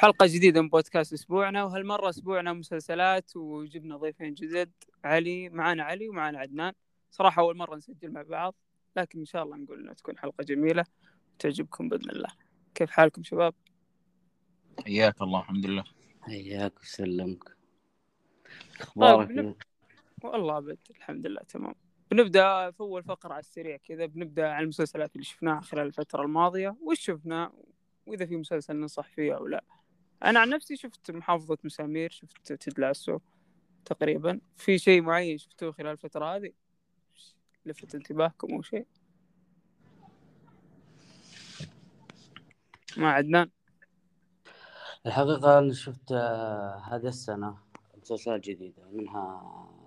حلقة جديدة من بودكاست أسبوعنا، وهالمرة أسبوعنا مسلسلات، وجبنا ضيفين جدد. معانا علي ومعانا عدنان. صراحة أول مرة نسجل مع بعض، لكن إن شاء الله نقول إنها تكون حلقة جميلة وتعجبكم بإذن الله. كيف حالكم شباب؟ حياك الله. الحمد لله. حياك وسلمك. طيب اخبارك؟ والله أبد الحمد لله تمام. بنبدأ في أول فقرة على السريع كذا، بنبدأ على المسلسلات اللي شفناها خلال الفترة الماضية، وش شفنا وإذا في مسلسل ننصح فيه أو لا. أنا عن نفسي شفت محافظة مسامير، شفت تيد لاسو تقريبا. في شيء معين شفتوه خلال الفترة هذه لفت انتباهكم أو شيء؟ ما عدنان. الحقيقة أنا شفت هذه السنة مسلسلات جديدة، منها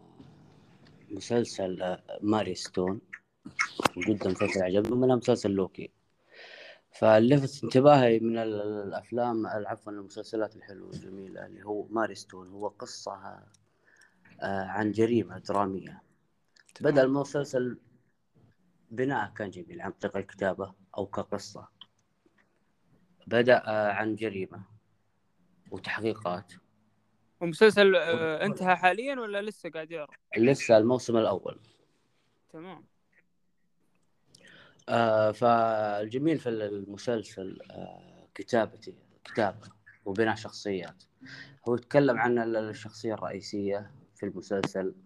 مسلسل ماري ستون، وجدا مسلسل عجبني، ومنها مسلسل لوكي. فلفت انتباهي من الأفلام عفوا المسلسلات الحلوة الجميلة اللي هو ماري ستون. هو قصة عن جريمة درامية. بدأ المسلسل بناء كان جميل عن طريق الكتابة أو كقصة. بدأ عن جريمة وتحقيقات. ومسلسل انتهى حاليا ولا لسه قاعد يعرض؟ لسه الموسم الأول. تمام. فالجميل في المسلسل كتابة وبناء شخصيات. هو يتكلم عن الشخصية الرئيسية في المسلسل،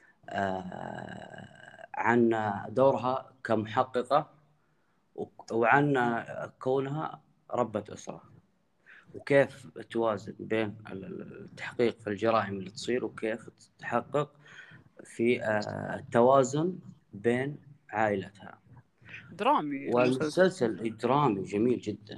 عن دورها كمحققة وعن كونها ربة أسرة، وكيف توازن بين التحقيق في الجرائم اللي تصير وكيف تحقق في التوازن بين عائلتها. درامي والمسلسل درامي جميل جدا،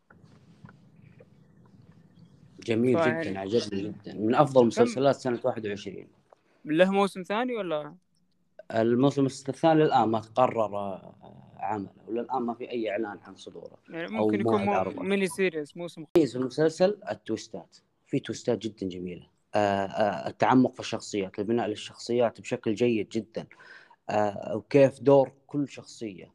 جميل جدا، عجبني جدا، من أفضل مسلسلات سنة 21. له موسم ثاني ولا؟ الموسم الثاني الآن ما تقرر عمله، وللآن ما في أي إعلان عن صدوره. يعني ممكن يكون ميني سيريس موسم. في المسلسل التويستات، في تويستات جدا جميلة. التعمق في الشخصيات، البناء للشخصيات بشكل جيد جدا. وكيف دور كل شخصية.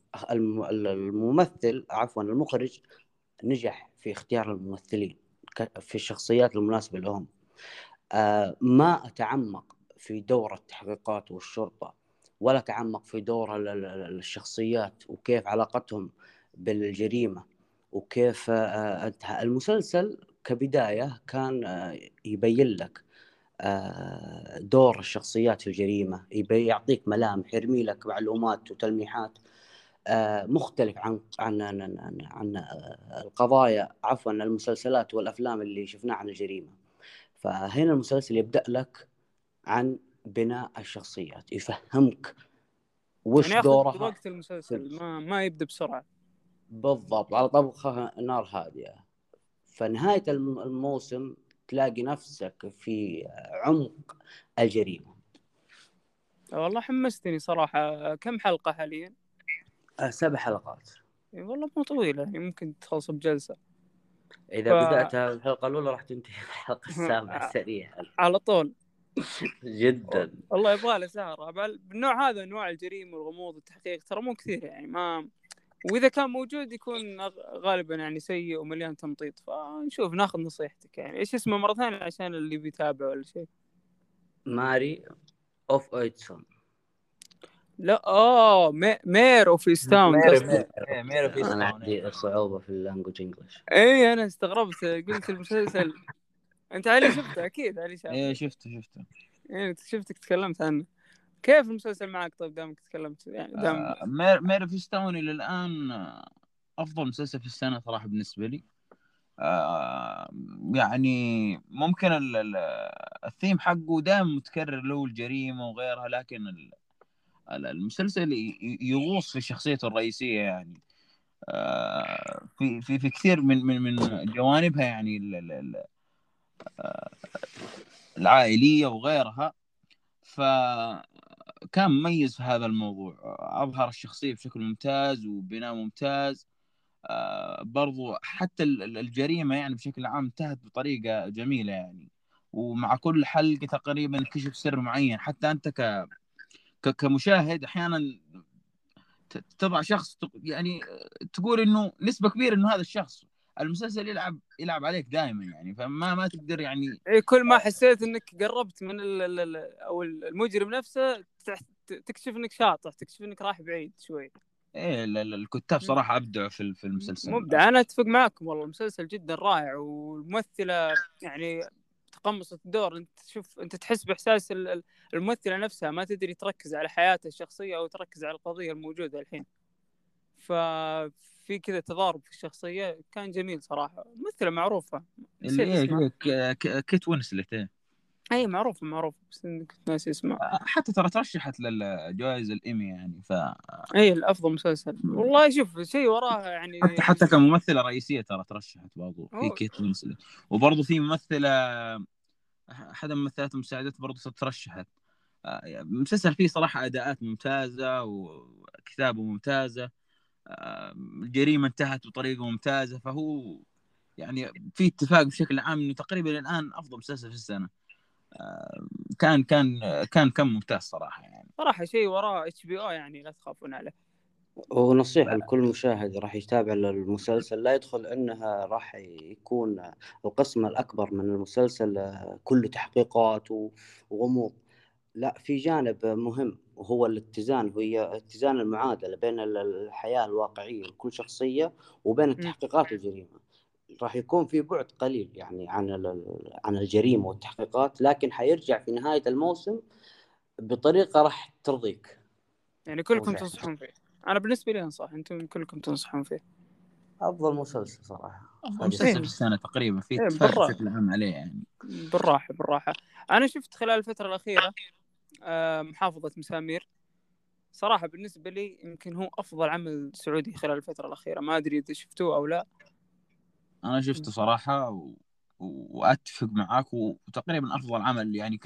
المخرج نجح في اختيار الممثلين في الشخصيات المناسبة لهم. ما أتعمق في دور التحقيقات والشرطة، ولا تعمق في دور الشخصيات وكيف علاقتهم بالجريمة، وكيف انتهى المسلسل. كبداية كان يبين لك دور الشخصيات في الجريمة، يعطيك ملامح، يرمي لك معلومات وتلميحات مختلف عن القضايا، عفوا المسلسلات والأفلام اللي شفناها عن الجريمة. فهنا المسلسل يبدأ لك عن بناء الشخصيات، يفهمك وش يعني دورها. وقت المسلسل ما يبدأ بسرعة. بالضبط، على طبخة نار هادية. فنهاية الموسم تلاقي نفسك في عمق الجريمة. والله حمستني صراحة. كم حلقة حاليا؟ 7 حلقات. والله مو طويلة، يعني ممكن تخلص بجلسة. إذا بدأتها الحلقة الأولى راح تنتهي الحلقة 7 سريعا على طول. جدا. والله يبغى له سهرة. بالنوع هذا، انواع الجريمة والغموض والتحقيق ترى مو كثير، يعني ما، واذا كان موجود يكون غالبا يعني سيء ومليان تمطيط. فنشوف ناخذ نصيحتك. يعني ايش اسمه مرة ثانية عشان اللي بيتابع ولا شيء؟ ماري اوف ايدسون. لا مير اوف ايستاون قصدي. مير اوف ايستاون. انا عندي صعوبة في اللانجوج انجلش. اي انا استغربت قلت المسلسل. انت علي شفته اكيد؟ علي شافه. ايه شفته. يعني شفتك تكلمت عنه. كيف المسلسل معك؟ طيب دامك تكلمت يعني مير اوف ايستاون الى الان افضل مسلسل في السنه صراحه بالنسبه لي. يعني ممكن الثيم حقه دائما متكرر له الجريمه وغيرها، لكن المسلسل يغوص في شخصيته الرئيسيه، يعني في كثير من جوانبها، يعني العائليه وغيرها. فكان مميز في هذا الموضوع، اظهر الشخصيه بشكل ممتاز وبناء ممتاز. برضو حتى الجريمة يعني بشكل عام انتهت بطريقة جميلة يعني. ومع كل حلقة تقريبا اكتشف سر معين، حتى أنت كمشاهد أحيانا تضع شخص يعني تقول إنه نسبة كبيرة إنه هذا الشخص، المسلسل يلعب عليك دائما يعني، فما تقدر يعني. اي كل ما حسيت انك قربت من او المجرم نفسه تكتشف انك شاطح، تكتشف انك رايح بعيد شوي. ايه الكتاب صراحه ابدعوا في المسلسل. مبدع. انا اتفق معكم والله، المسلسل جدا رائع، والممثله يعني تقمصت الدور. انت تشوف، انت تحس باحساس الممثله نفسها، ما تدري تركز على حياتها الشخصيه او تركز على القضيه الموجوده الحين. ففي كذا تضارب في الشخصيه، كان جميل صراحه. ممثله معروفه، اللي نسيت اسمها. هي كيت وينسلت. إيه. اي معروفه بس كنت ناسي اسمها. حتى ترى ترشحت للجوائز الإيمي يعني. اي الافضل مسلسل والله. شوف شيء وراها يعني. حتى كممثلة رئيسية ترى ترشحت برضو في أوه. كيت وينسلت. وبرضو في ممثلة، أحد الممثلات المساعدات برضو ترشحت. المسلسل فيه صراحة أداءات ممتازة وكتابة ممتازة. الجريمة انتهت بطريقة ممتازة. فهو يعني في اتفاق بشكل عام إنه تقريبا الآن أفضل مسلسل في السنة. كان ممتاز صراحة يعني. صراحه شيء وراه HBO يعني، لا تخافون عليه. ونصيحة لكل مشاهد راح يتابع المسلسل لا يدخل انها راح يكون القسم الاكبر من المسلسل كله تحقيقات وغموض. لا، في جانب مهم وهو الاتزان، وهي اتزان المعادلة بين الحياة الواقعية لكل شخصية وبين التحقيقات والجريمة. راح يكون في بعد قليل يعني عن الجريمة والتحقيقات، لكن حيرجع في نهاية الموسم بطريقة راح ترضيك. يعني كلكم تنصحون فيه؟ انا بالنسبه لي انصح، انتم كلكم تنصحون فيه. أفضل مسلسل صراحة، أفضل مسلسل في السنة تقريبا، في اتفاق بشكل عام عليه يعني. بالراحة. أنا شفت خلال الفترة الأخيرة محافظة مسامير. صراحة بالنسبة لي يمكن هو أفضل عمل سعودي خلال الفترة الأخيرة. ما أدري إذا شفتوه أو لا. أنا شفته صراحة وأتفق معاك. وتقريبا أفضل عمل يعني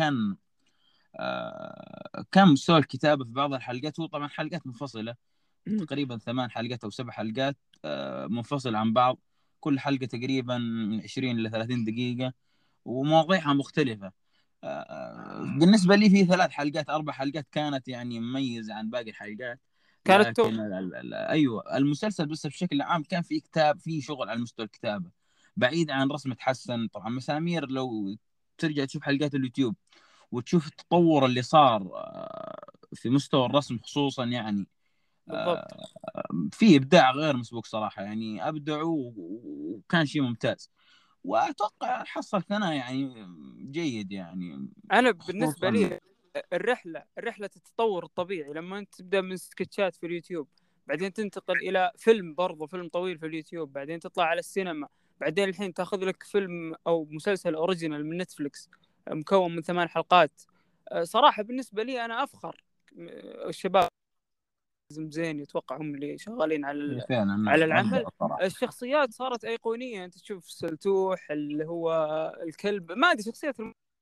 كان مستوى الكتابة في بعض الحلقات. هو طبعا حلقات منفصلة، تقريبا 8 حلقات أو 7 حلقات منفصلة عن بعض. كل حلقة تقريبا من 20 إلى 30 دقيقة، ومواضيعها مختلفة. بالنسبة لي في 3 حلقات 4 حلقات كانت يعني مميزة عن باقي الحلقات. كانت لكن أيوة المسلسل بس بشكل عام كان في في شغل على مستوى الكتابة، بعيد عن رسمة حسن. طبعا مسامير لو ترجع تشوف حلقات اليوتيوب وتشوف التطور اللي صار في مستوى الرسم خصوصا يعني. بالضبط. في إبداع غير مسبوق صراحة يعني. أبدعوا وكان شيء ممتاز. وأتوقع حصل ثناء يعني جيد يعني. أنا بالنسبة خصوصا لي رحلة التطور الطبيعي، لما أنت تبدأ من سكتشات في اليوتيوب، بعدين تنتقل إلى فيلم، برضه فيلم طويل في اليوتيوب، بعدين تطلع على السينما، بعدين الحين تاخذ لك فيلم أو مسلسل أوريجينال من نتفليكس مكون من 8 حلقات. صراحة بالنسبة لي أنا أفخر. الشباب زين يتوقع هم اللي شغالين على فعلا على العمل. صراحة. الشخصيات صارت أيقونية. أنت تشوف سلتوح اللي هو الكلب، ما أدري، شخصيات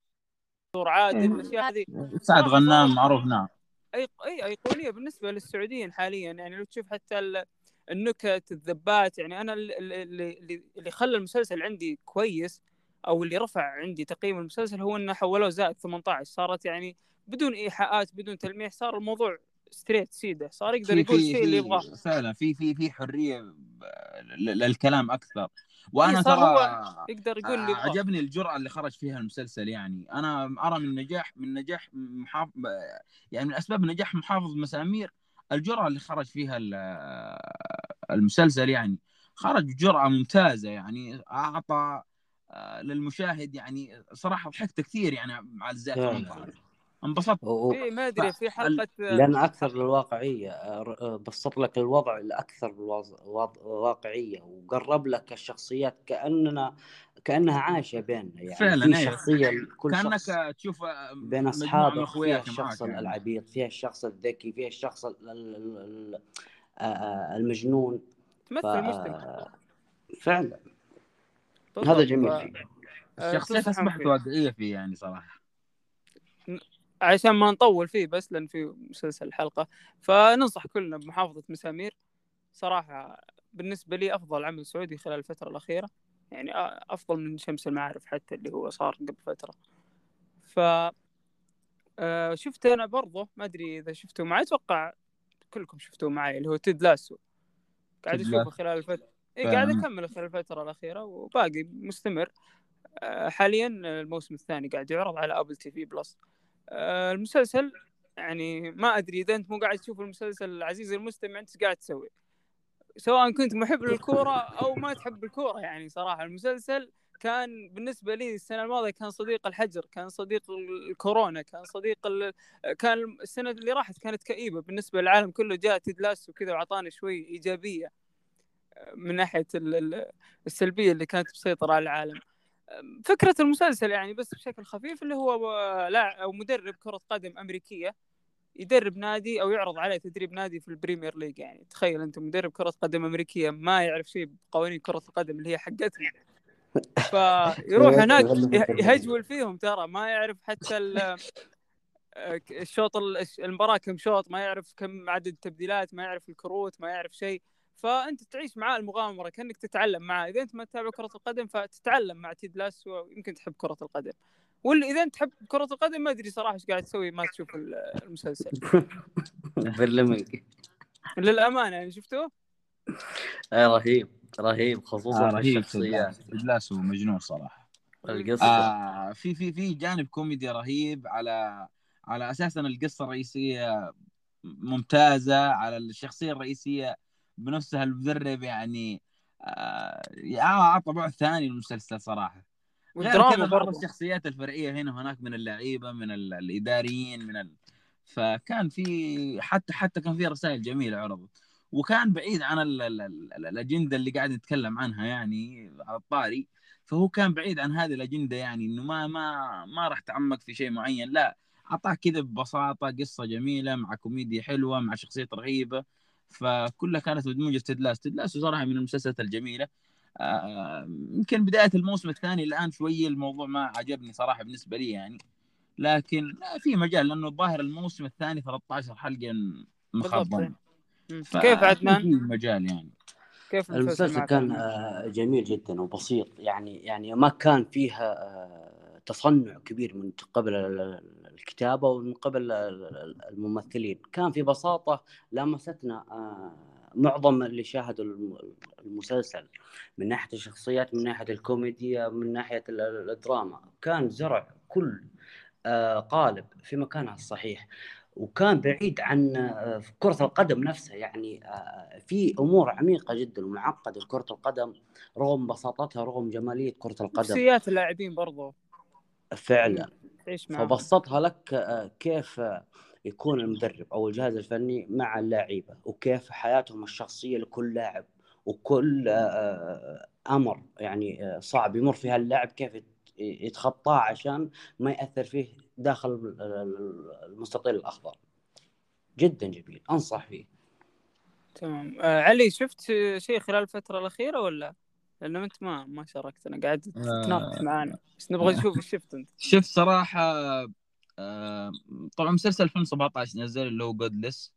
عادل، الأشياء هذه سعد صراحة صارت غنام معروف. نعم. أيقونية بالنسبة للسعوديين حاليا. يعني لو تشوف حتى النكت، الذبات، يعني أنا اللي خلى المسلسل عندي كويس، أو اللي رفع عندي تقييم المسلسل، هو إنه حولوه زائد 18. صارت يعني بدون إيحاءات، بدون تلميح، صار الموضوع ستريت سيده، صار يقدر في يقول في الشيء اللي في يبغاه. فعلا في حرية للكلام أكثر. اي وأنا صار ترى هو يقدر يقول اللي يبغاه. عجبني الجرأة اللي خرج فيها المسلسل يعني. أنا أرى من نجاح يعني من أسباب نجاح محافظ مسامير الجرأة اللي خرج فيها المسلسل يعني. خرج بجرأة ممتازة يعني. أعطى للمشاهد يعني صراحة ضحكت كثير يعني مع الزائد 18. انبسطت. اي ما ادري في حلقة لأن أكثر للواقعية، بسط لك الوضع لأكثر واقعية، وقرب لك الشخصيات كأنها عايشة بيننا يعني. فعلا في ايه. شخصية كل كانك شخص تشوف بين مجموعة من أصحابك، فيها اخوياك الشخص معاك يعني. العبيط، فيها الشخص الذكي، فيها الشخص المجنون. تمثل مجتمع. فعلا هذا بالضبط. جميل فيه. الشخصيات تنصحون اصبحت فيه؟ واقعية فيه يعني صراحة. عشان ما نطول فيه، بس لأن في مسلسل الحلقة، فننصح كلنا بمحافظة مسامير. صراحة بالنسبة لي أفضل عمل سعودي خلال الفترة الأخيرة، يعني أفضل من شمس المعارف حتى اللي هو صار قبل فترة. ف شفت أنا برضه، ما أدري إذا شفتوا معي، أتوقع كلكم شفتوه معي، اللي هو تيد لاسو. قاعد أشوفه تدلس. خلال الفترة. قاعد أكمل خلال الفترة الأخيرة وباقي مستمر. حاليا الموسم الثاني قاعد يعرض على أبل تي في بلس. المسلسل يعني ما أدري إذا أنت مو قاعد تشوف المسلسل عزيزي المستمع أنت قاعد تسوي، سواء كنت محب للكورة أو ما تحب الكورة. يعني صراحة المسلسل كان بالنسبة لي السنة الماضية كان صديق الحجر، كان صديق الكورونا، كان صديق كان السنة اللي راحت كانت كئيبة بالنسبة للعالم كله. جاء تيد لاسو وكذا وعطانا شوي إيجابية من ناحية السلبية اللي كانت مسيطرة على العالم. فكرة المسلسل يعني بس بشكل خفيف اللي هو أو مدرب كرة قدم أمريكية يدرب نادي أو يعرض عليه تدريب نادي في البريمير ليج. يعني تخيل أنت مدرب كرة قدم أمريكية ما يعرف شيء بقوانين كرة القدم اللي هي حقتنا، فيروح هناك يهجول فيهم. ترى ما يعرف حتى الشوط المباراة كم شوط، ما يعرف كم عدد التبديلات، ما يعرف الكروت، ما يعرف شيء. فأنت تعيش معاه المغامرة كأنك تتعلم معاه. إذا أنت ما تتابع كرة القدم فتتعلم مع تيد لاسو ويمكن تحب كرة القدم، واللي إذا أنت تحب كرة القدم ما أدري صراحة إيش قاعد تسوي ما تشوف المسلسل. برلمنج للأمانة يعني شفتوه؟ رهيب خصوصا في رهيب. الشخصيات، تدلاسو مجنون صراحة. القصة في جانب كوميدي رهيب، على أساس أن القصة الرئيسية ممتازة، على الشخصية الرئيسية بنفسها المدرب يعني أعطى بعد ثاني للمسلسل صراحة. غير والدراما كذا بعض برضو. الشخصيات الفرعية هنا وهناك من اللعيبة من الإداريين فكان في حتى كان في رسائل جميلة عرضت، وكان بعيد عن الأجندة اللي قاعد نتكلم عنها يعني على الطاري. فهو كان بعيد عن هذه الأجندة، يعني إنه ما راح تعمق في شيء معين، لا أعطاك كذا ببساطة قصة جميلة مع كوميديا حلوة مع شخصية رهيبة، فكلها كانت مدموجة في تدلاس صراحة من المسلسلات الجميلة. يمكن بداية الموسم الثاني الآن شوية الموضوع ما عجبني صراحة بالنسبة لي يعني، لكن في مجال لأنه الظاهر الموسم الثاني 13 حلقة بالضبط. مخضم، كيف عدنان؟ في مجال يعني. كيف المسلسل المسلسل معك كان عدنان؟ جميل جدا وبسيط، يعني ما كان فيها تصنع كبير من قبل الكتابة ومن قبل الممثلين. كان في بساطة لمستنا معظم اللي شاهدوا المسلسل من ناحية الشخصيات، من ناحية الكوميديا، من ناحية الدراما. كان زرع كل قالب في مكانها الصحيح، وكان بعيد عن كرة القدم نفسها. يعني في أمور عميقة جدا ومعقدة في كرة القدم رغم بساطتها، رغم جمالية كرة القدم، نفسيات اللاعبين برضو فعلا. تعيش معهم. فبسطها لك كيف يكون المدرب أو الجهاز الفني مع اللاعيبة، وكيف حياتهم الشخصية لكل لاعب، وكل أمر يعني صعب يمر فيها اللاعب كيف يتخطاه عشان ما يأثر فيه داخل المستطيل الأخضر. جدا جميل، أنصح فيه. تمام. علي شفت شيء خلال الفترة الأخيرة ولا؟ لأنه أنت ما شاركتنا، قاعد تتناقش معانا بس نبغى نشوف إيش شفت أنت. شفت صراحة طبعا مسلسل 2017 نزل اللي هو جودلس.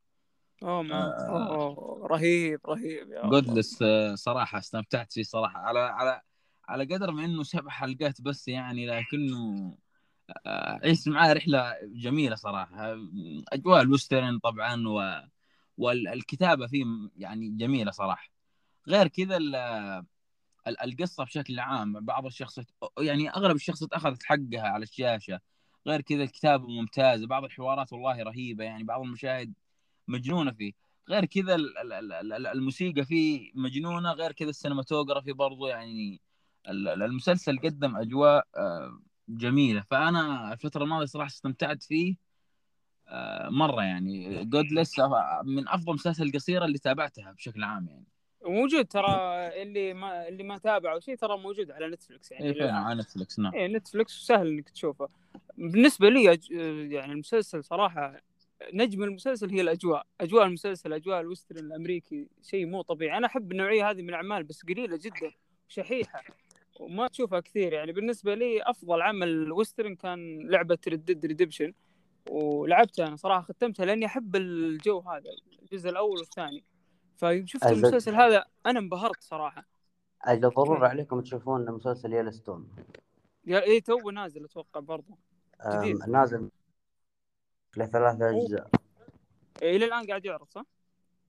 رهيب يا الله. جودلس صراحة استمتعت فيه صراحة، على قدر ما انه 7 حلقات بس يعني، لكنه عشت معاه رحلة جميلة صراحة. اجواء الوسترن طبعا والكتابة فيه يعني جميلة صراحة. غير كذا القصة بشكل عام، بعض الشخصيات يعني اغلب الشخصيات اخذت حقها على الشاشة. غير كذا الكتابة ممتازة، بعض الحوارات والله رهيبة يعني، بعض المشاهد مجنونة فيه. غير كذا الموسيقى فيه مجنونة. غير كذا السينماتوجرافي برضو يعني، المسلسل قدم أجواء جميلة. فأنا الفترة الماضية صراحة استمتعت فيه مرة يعني. جودلس من أفضل المسلسلات القصيرة اللي تابعتها بشكل عام يعني. موجود ترى، اللي ما تابعه شيء ترى موجود على نتفلكس يعني إيه فعلا الآن. على نتفلكس نعم. إيه نتفلكس سهل إنك تشوفه. بالنسبة لي يعني المسلسل صراحة نجم المسلسل هي أجواء المسلسل، أجواء الوسترن الأمريكي شيء مو طبيعي. أنا أحب النوعية هذه من الأعمال بس قليلة جدا شحيحة وما تشوفها كثير. يعني بالنسبة لي أفضل عمل وسترن كان لعبة ريد ديد ريديمشن، ولعبتها أنا صراحة، ختمتها لأني أحب الجو هذا، الجزء الأول والثاني. فشفت المسلسل هذا أنا انبهرت صراحة. أجل ضروري عليكم تشوفون مسلسل يلستون. إيه تو نازل أتوقع برضه جديد. نازل ل3 أجزاء. إيه إلى الآن قاعد يعرض صح؟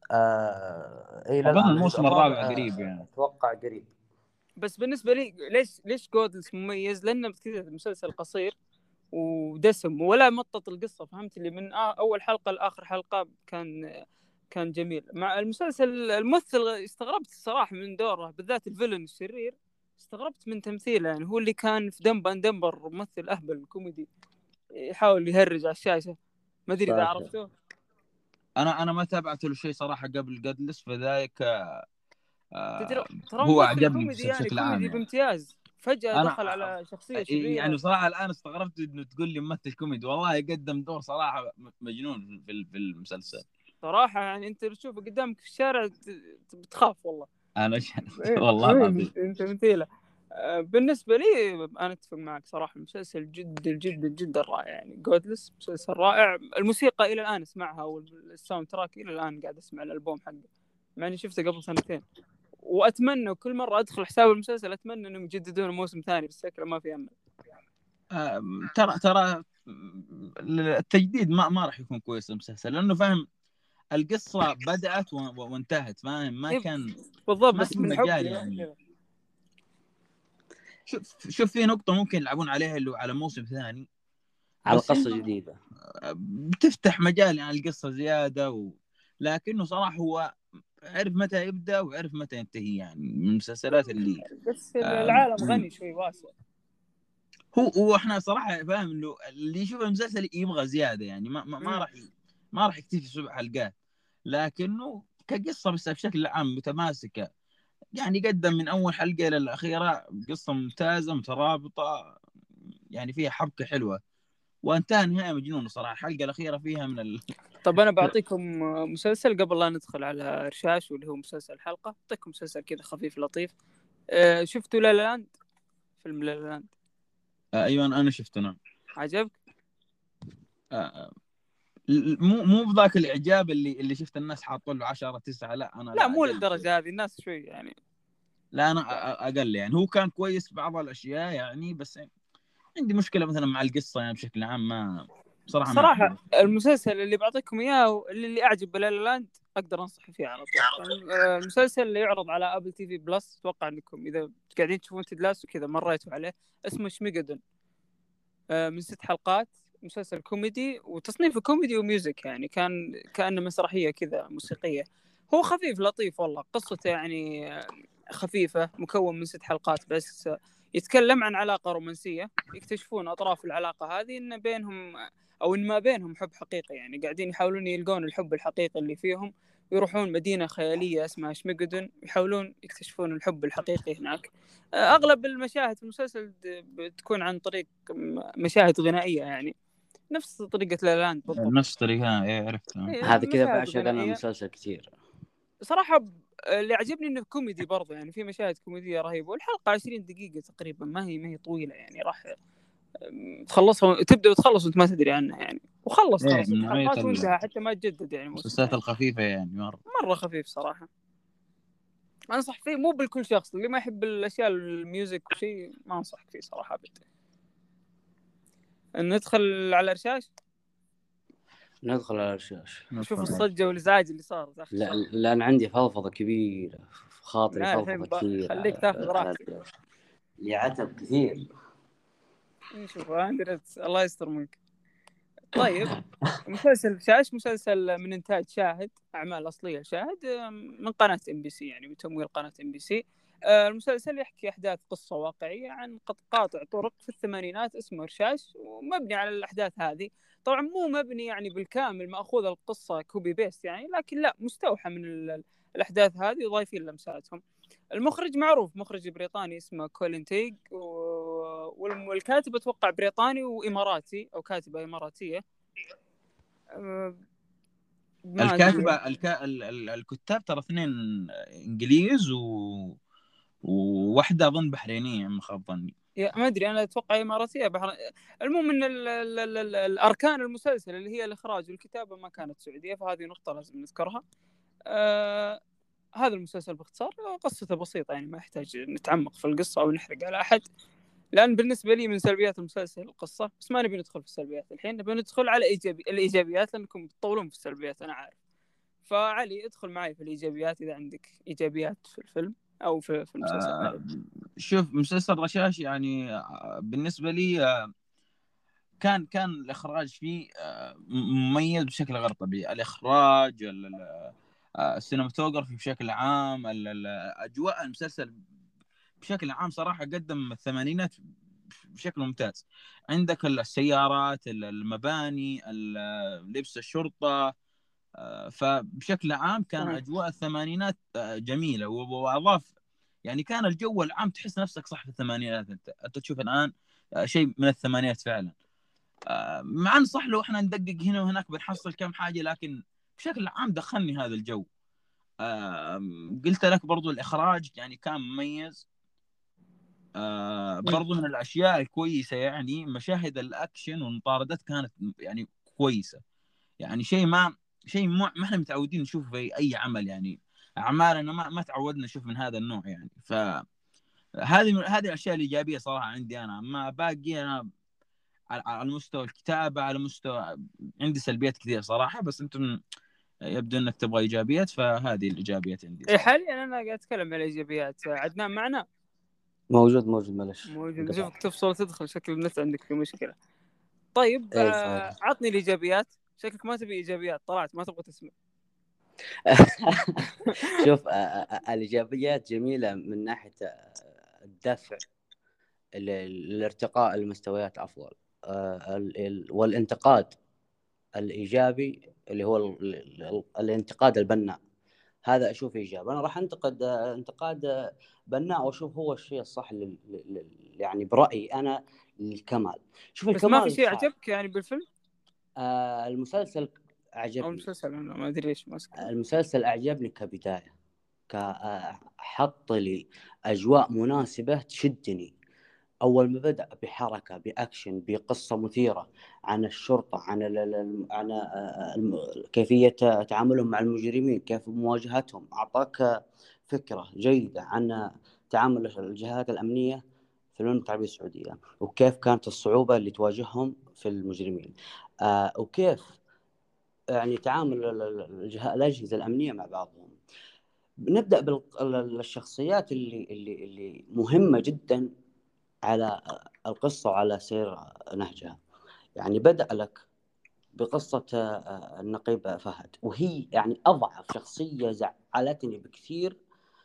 اي لا اظن الان الموسم الرابع الرابع قريب يعني. اتوقع قريب. بس بالنسبه لي ليش جودلس مميز؟ لانه كذا مسلسل قصير ودسم ولا مطط القصه، فهمت اللي من اول حلقه لاخر حلقه كان جميل. مع المسلسل الممثل استغربت الصراحه من دوره، بالذات الفيلن الشرير استغربت من تمثيله. يعني هو اللي كان في دمب اند دمبر ممثل اهبل كوميدي يحاول يهرج على الشاشه، ما ادري اذا عرفته. انا ما تابعت له شيء صراحه قبل جادلس، فذلك ترى هو ممثل عجبني كوميدي، يعني بشكل كوميدي عام يعني. بامتياز، فجأة انا دخل على شخصية يعني شريرة. صراحه الان استغربت انه تقول لي ممثل كوميدي، والله قدم دور صراحه مجنون في المسلسل. صراحة يعني انت تشوفه قدامك في الشارع بتخاف والله. انا والله العظيم. انت مثيلة. بالنسبة لي انا اتفق معك صراحة، المسلسل جدا جدا جدا رائع. يعني جودلس مسلسل رائع. الموسيقى الى الان اسمعها، والساوند تراك الى الان قاعد اسمع الالبوم حقه، مع اني شفته قبل سنتين. واتمنى كل مرة ادخل حساب المسلسل اتمنى انهم يجددون موسم ثاني، بس شكله ما في امل. ترى التجديد ما راح يكون كويس المسلسل، لانه فاهم القصه بدات وانتهت، فاهم؟ ما كان بالضبط، ما بس كان من مجال حبي يعني. شوف في نقطه ممكن يلعبون عليها اللي على موسم ثاني، على بس قصة جديدة بتفتح مجال يعني القصه زياده لكنه صراحه هو عرف متى يبدا وعرف متى ينتهي، يعني من المسلسلات اللي بس آه، العالم غني شوي واسع. هو احنا صراحه فاهم انه اللي يشوف المسلسل يبغى زياده، يعني ما راح يكتفي 7 حلقات، لكنه كقصه بس بشكل عام متماسكه. يعني قدم من اول حلقه الى الاخيره قصه ممتازه مترابطه، يعني فيها حبكه حلوه، وانتهى نهايه مجنونه صراحه. الحلقه الاخيره فيها من طب أنا بعطيكم مسلسل قبل لا ندخل على رشاش، واللي هو مسلسل حلقة. أعطيكم مسلسل كذا خفيف لطيف. شفتوا لا لا لاند؟ فيلم لا لا لاند ايوه انا شفته نعم. عجبك؟ آه، مو بذاك الاعجاب اللي شفت الناس حاطين له 10 9، لا انا لا لا مو اقل شوي. للدرجة هذه، الناس شوي يعني. لا انا اقل يعني. هو كان كويس في بعض الاشياء يعني، بس عندي مشكله مثلا مع القصه يعني بشكل عام، ما بصراحه ما صراحة عجبني. المسلسل اللي بعطيكم إياه اللي أعجب بلا لا لاند أقدر أنصح فيه على طول. المسلسل اللي يعرض على أبل تي في بلس، أتوقع أنكم إذا قاعدين تشوفون تدلاس وكذا مريتوا عليه. اسمه شميجدون. من 6 حلقات. مسلسل كوميدي، وتصنيفه كوميدي وميوزك، يعني كأنه مسرحية كذا موسيقية. هو خفيف لطيف والله، قصته يعني خفيفة، مكون من 6 حلقات بس. يتكلم عن علاقة رومانسية، يكتشفون أطراف العلاقة هذه إن بينهم أو إن ما بينهم حب حقيقي. يعني قاعدين يحاولون يلقون الحب الحقيقي اللي فيهم، ويروحون مدينة خيالية اسمها شميجدون، يحاولون يكتشفون الحب الحقيقي هناك. أغلب المشاهد في المسلسل بتكون عن طريق مشاهد غنائية، يعني نفس طريقة لا لاند بالضبط. نفس الطريقه ايه عرفتها. إيه، هذا كذا مشاهد بعشق انا غنائية. المسلسل كثير صراحة اللي عجبني انه كوميدي برضه، يعني في مشاهد كوميدية رهيبة، والحلقة 20 دقيقة تقريبا، ما هي طويلة يعني. راح تخلصها، تبدأ وتخلص وانت ما تدري عنها يعني. وخلص ايه خلاص من 6 نوعيه حلقات وانتهى، حتى ما تجدد يعني موسم المسلسلات ثاني. الخفيفه يعني مره. مرة خفيف صراحة، انصح فيه. مو بالكل شخص، اللي ما يحب الاشياء الميوزك وشيء ما انصحك فيه صراحة ابدا. ندخل على رشاش، ندخل على الشاشة. نشوف الصجة والازعاج اللي صار داخل لا الشارع. لان عندي فضفضة كبيرة في خاطري، لا فضفضة الحين كثير خليك تاخذ راحتك. لعتب كثير. نشوف عندنا الله يستر منك. طيب، مسلسل شاش مسلسل من إنتاج شاهد، أعمال أصلية شاهد، من قناة MBC، يعني بتمويل قناة MBC. المسلسل يحكي أحداث قصة واقعية عن قاطع طرق في الثمانينات اسمه رشاش، ومبني على الأحداث هذه. طبعا مو مبني يعني بالكامل مأخوذ القصة كوبي بيست يعني، لكن لا، مستوحى من الأحداث هذه وضايفين لمساتهم. المخرج معروف، مخرج بريطاني اسمه كولين تيغ، والكاتب أتوقع بريطاني وإماراتي أو كاتبة إماراتية. ما أدري. الكاتبه الكتاب ترى 2 انجليز وواحده اظن بحرينيه ما خاب ظني. ما أدري، أنا أتوقع إماراتية المهم إن الأركان المسلسل اللي هي الإخراج والكتابة ما كانت سعودية، فهذه نقطة لازم نذكرها. هذا المسلسل باختصار قصته بسيطة، يعني ما يحتاج نتعمق في القصة أو نحرق على أحد، لأن بالنسبة لي من سلبيات المسلسل القصة، بس ما نبي ندخل في السلبيات الحين، نبي ندخل على الإيجابيات، لأنكم تطولون في السلبيات أنا عارف. فعلي ادخل معي في الإيجابيات إذا عندك إيجابيات في الفيلم أو في المسلسل. شوف، مسلسل رشاش يعني بالنسبة لي كان الإخراج فيه مميز بشكل غير طبيعي. الإخراج، السينماتوجرافي بشكل عام، أجواء المسلسل بشكل عام صراحة قدم الثمانينات بشكل ممتاز. عندك السيارات، المباني، لبس الشرطة، فبشكل عام كان أجواء الثمانينات جميلة. وأضاف يعني كان الجو العام تحس نفسك صح في الثمانينات. أنت تشوف الآن شيء من الثمانينات فعلا. مع أن صح لو إحنا ندقق هنا وهناك بنحصل كم حاجة، لكن بشكل عام دخلني هذا الجو. قلت لك برضو الإخراج يعني كان مميز. برضو من الأشياء الكويسة يعني مشاهد الأكشن والمطاردات كانت يعني كويسة. يعني شيء ما احنا متعودين نشوفه في أي عمل. يعني أعمالنا ما تعودنا نشوف من هذا النوع يعني. هذه الأشياء الإيجابية صراحة عندي أنا. أما باقي أنا على مستوى الكتابة، على مستوى عندي سلبيات كثير صراحة. بس أنتم يبدو أنك تبغى إيجابيات، فهذه الإيجابيات عندي صراحة. حاليا أنا قاعد أتكلم عن الإيجابيات. عدنان معنا؟ موجود معلش. موجود. نشوفك تفصل تدخل، شكل النت عندك في مشكلة. طيب ايه صحيح. عطني الإيجابيات. شكلك ما تبي إيجابيات، طلعت ما تبغى تسمع. شوف، الإيجابيات جميلة من ناحية الدفع الارتقاء لمستويات أفضل. والانتقاد الإيجابي اللي هو الانتقاد البناء، هذا أشوف إيجابي. أنا راح أنتقد انتقاد بناء وأشوف هو الشيء الصح يعني برأيي أنا للكمال. شوف بس ما في الكمال شيء صعب. عجبك يعني بالفيلم المسلسل أو عجبني. المسلسل؟ أنا ما أدري إيش ماسك. المسلسل أعجبني كبداية، حط لي أجواء مناسبة تشدني. أول ما بدأ بحركة، بأكشن، بقصة مثيرة عن الشرطة، عن كيفية تعاملهم مع المجرمين، كيف مواجهتهم. أعطاك فكرة جيدة عن تعامل الجهات الأمنية في المملكة العربية السعودية، وكيف كانت الصعوبة اللي تواجههم في المجرمين، وكيف يعني تعامل الأجهزة الأمنية مع بعضهم. نبدأ بالشخصيات اللي مهمة جدا على القصة وعلى سير نهجها. يعني بدأ لك بقصة النقيب فهد، وهي يعني أضعف شخصية زعلتني بكثير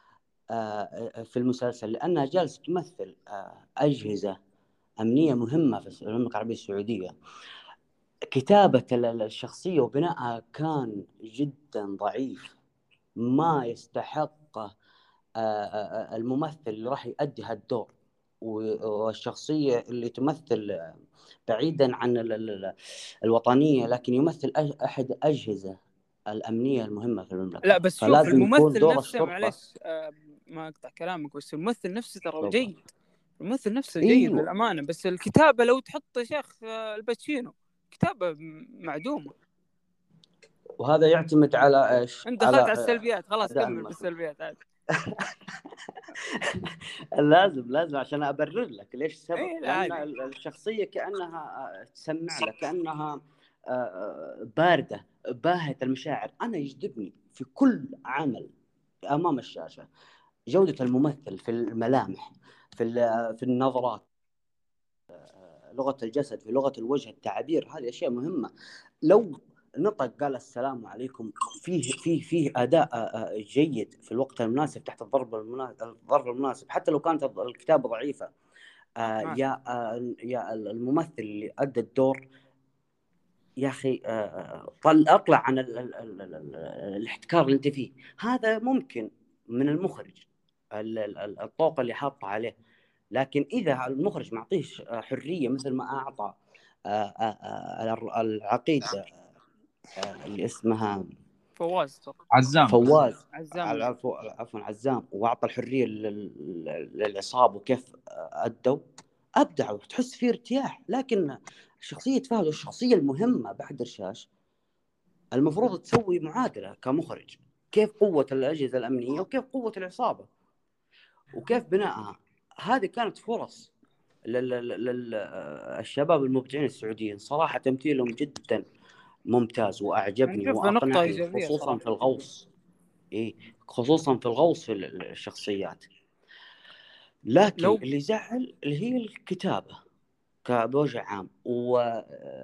في المسلسل، لأنها جالسة تمثل أجهزة أمنية مهمة في المملكة العربية السعودية. كتابة الشخصية وبنائها كان جدا ضعيف، ما يستحقه الممثل اللي راح يؤدي هالدور. والشخصية اللي تمثل بعيدا عن الوطنية، لكن يمثل أحد الأجهزة الأمنية المهمة في المملكة. لا بس شوف، فلازم يكون الممثل دور نفسه الشرطة. معلش ما أقطع كلامك، بس الممثل نفسه ترى تفضل. جيد. الممثل نفسه جيد ايوه، للأمانة، بس الكتابة لو تحط شيخ الباتشينو كتابة معدومة. وهذا يعتمد على ايش؟ انت على دخلت على السلبيات، خلاص أداء كمل الممثل. بالسلبيات عادي. لازم عشان أبرر لك ليش السبب. ايه لا لأن عادي. الشخصية كأنها تسمع لك، كأنها باردة باهت المشاعر. أنا يجذبني في كل عمل أمام الشاشة جودة الممثل في الملامح، في النظرات، لغة الجسد، في لغة الوجه، التعابير. هذه أشياء مهمة. لو نطق قال السلام عليكم، فيه أداء جيد في الوقت المناسب تحت الظرف المناسب، حتى لو كانت الكتابة ضعيفة. يا الممثل اللي أدى الدور يا أخي، أطلع عن الاحتكار اللي أنت فيه. هذا ممكن من المخرج، الطوق اللي حاطه عليه. لكن إذا المخرج معطيش حرية مثل ما أعطى العقيد اللي اسمها عزام. فواز، عزام. عفوا عزام، وأعطى الحرية للعصابة وكيف أبدعوا، تحس فيه ارتياح. لكن شخصية فهد والشخصية المهمة بعد رشاش المفروض تسوي معادلة كمخرج، كيف قوة الأجهزة الأمنية وكيف قوة العصابة وكيف بنائها. هذه كانت فرص للشباب المبدعين السعوديين صراحة، تمثيلهم جدا ممتاز واعجبني نشوفها نقطة واقنعني، إيجابية خصوصا صراحة. في الغوص. خصوصا في الغوص في الشخصيات. لكن لو اللي زعل اللي هي الكتابة بوجه عام، وجو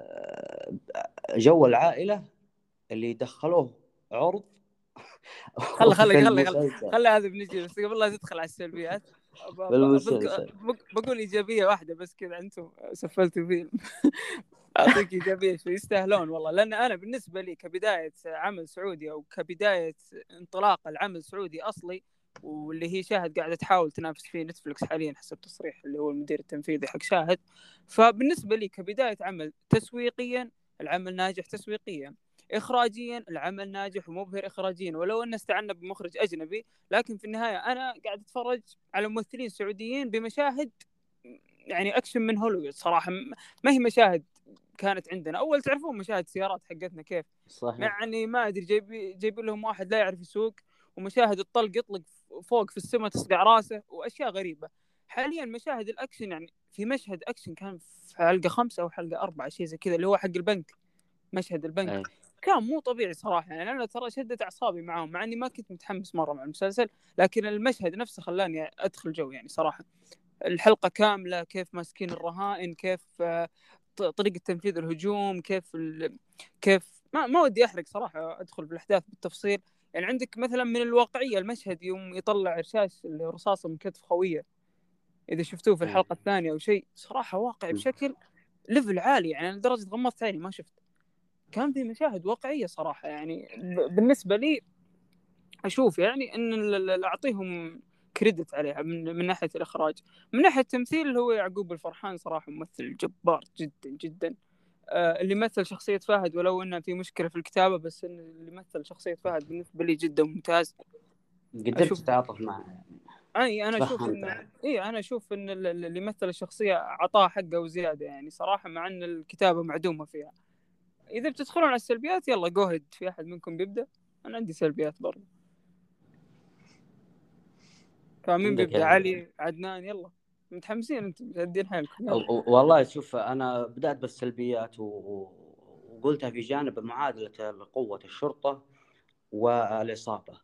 العائلة اللي دخلوه عرض خلى في خلى خلى خلى المسلسل. خلى هذا بنجي، بس قبل لا تدخل على السلبيات في المسلسل بقول إيجابية واحدة بس كذا، أنتم سفلتوا فيه. أعطيك إيجابية شوي، يستاهلون والله. لأن أنا بالنسبة لي كبداية عمل سعودي أو كبداية انطلاق العمل سعودي أصلي، واللي هي شاهد قاعدة تحاول تنافس فيه نتفلكس حاليا حسب تصريح اللي هو المدير التنفيذي حق شاهد. فبالنسبة لي كبداية عمل تسويقيا العمل ناجح تسويقيا، إخراجيا العمل ناجح ومبهر إخراجيا، ولو أن استعنا بمخرج أجنبي، لكن في النهاية أنا قاعد أتفرج على ممثلين سعوديين بمشاهد يعني أكشن من هوليوود صراحة. ما هي مشاهد كانت عندنا أول، تعرفون مشاهد سيارات حقتنا كيف صحيح. يعني، ما أدري جايب لهم واحد لا يعرف يسوق، ومشاهد الطلق يطلق فوق في السماء تصقع راسه وأشياء غريبة. حاليا مشاهد الأكشن يعني في مشهد أكشن كان في حلقة 5 أو حلقة 4 شيء زي كذا، اللي هو حق البنك، مشهد البنك أي. كان مو طبيعي صراحة. يعني أنا ترى شدت أعصابي معاهم مع إني ما كنت متحمس مرة مع المسلسل، لكن المشهد نفسه خلاني أدخل جو يعني صراحة. الحلقة كاملة كيف ماسكين الرهائن، كيف طريقة تنفيذ الهجوم، كيف ما ودي أحرق صراحة، أدخل بالأحداث بالتفصيل. يعني عندك مثلا من الواقعية المشهد يوم يطلع رشاش اللي رصاصة من كتف خويه، إذا شفتوه في الحلقة الثانية أو شيء، صراحة واقعي بشكل ليفل عالي يعني، لدرجة غمضت عيني ما شفت. كان في مشاهد واقعية صراحة يعني. بالنسبة لي أشوف يعني أن أعطيهم كريدت عليها من ناحية الإخراج. من ناحية التمثيل هو يعقوب الفرحان صراحة ممثل جبار جدا جدا. اللي مثل شخصية فهد، ولو أنه في مشكلة في الكتابة، بس إن اللي مثل شخصية فهد بالنسبة لي جدا ممتاز. قدرت أشوف تتعاطف معه، أنا أشوف إن أنا أشوف إن اللي مثل الشخصية عطاه حقه وزيادة يعني صراحة، مع أن الكتابة معدومة فيها. إذا بتدخلون على السلبيات يلا جوهد، في أحد منكم بيبدأ؟ أنا عندي سلبيات برضه، فمين بيبدأ؟ علي، عدنان، يلا متحمسين انتم مشدين حيلكم يلا. والله شوف، انا بدأت بالسلبيات وقلتها في جانب معادلة قوة الشرطة والعصابة.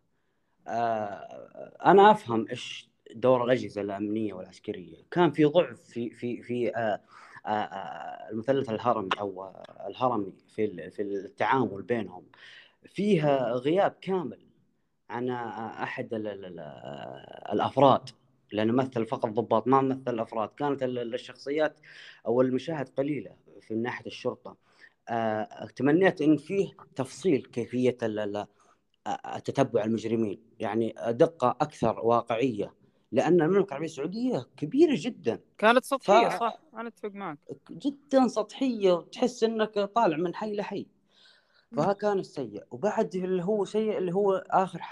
انا افهم ايش دور الاجهزة الامنية والعسكرية. كان في ضعف في المثلث الهرمي او الهرمي في التعامل بينهم، فيها غياب كامل عن احد الافراد، لانه مثل فقط ضباط ما مثل الافراد. كانت الشخصيات او المشاهد قليله في ناحيه الشرطه. تمنيت ان فيه تفصيل كيفيه تتبع المجرمين، يعني دقه اكثر، واقعيه، لان المملكه العربيه السعوديه كبيره جدا. كانت سطحيه صح، انا اتفق معك، جدا سطحيه، وتحس انك طالع من حي لحي. فكان السيء. وبعد اللي هو سيء اللي هو آخر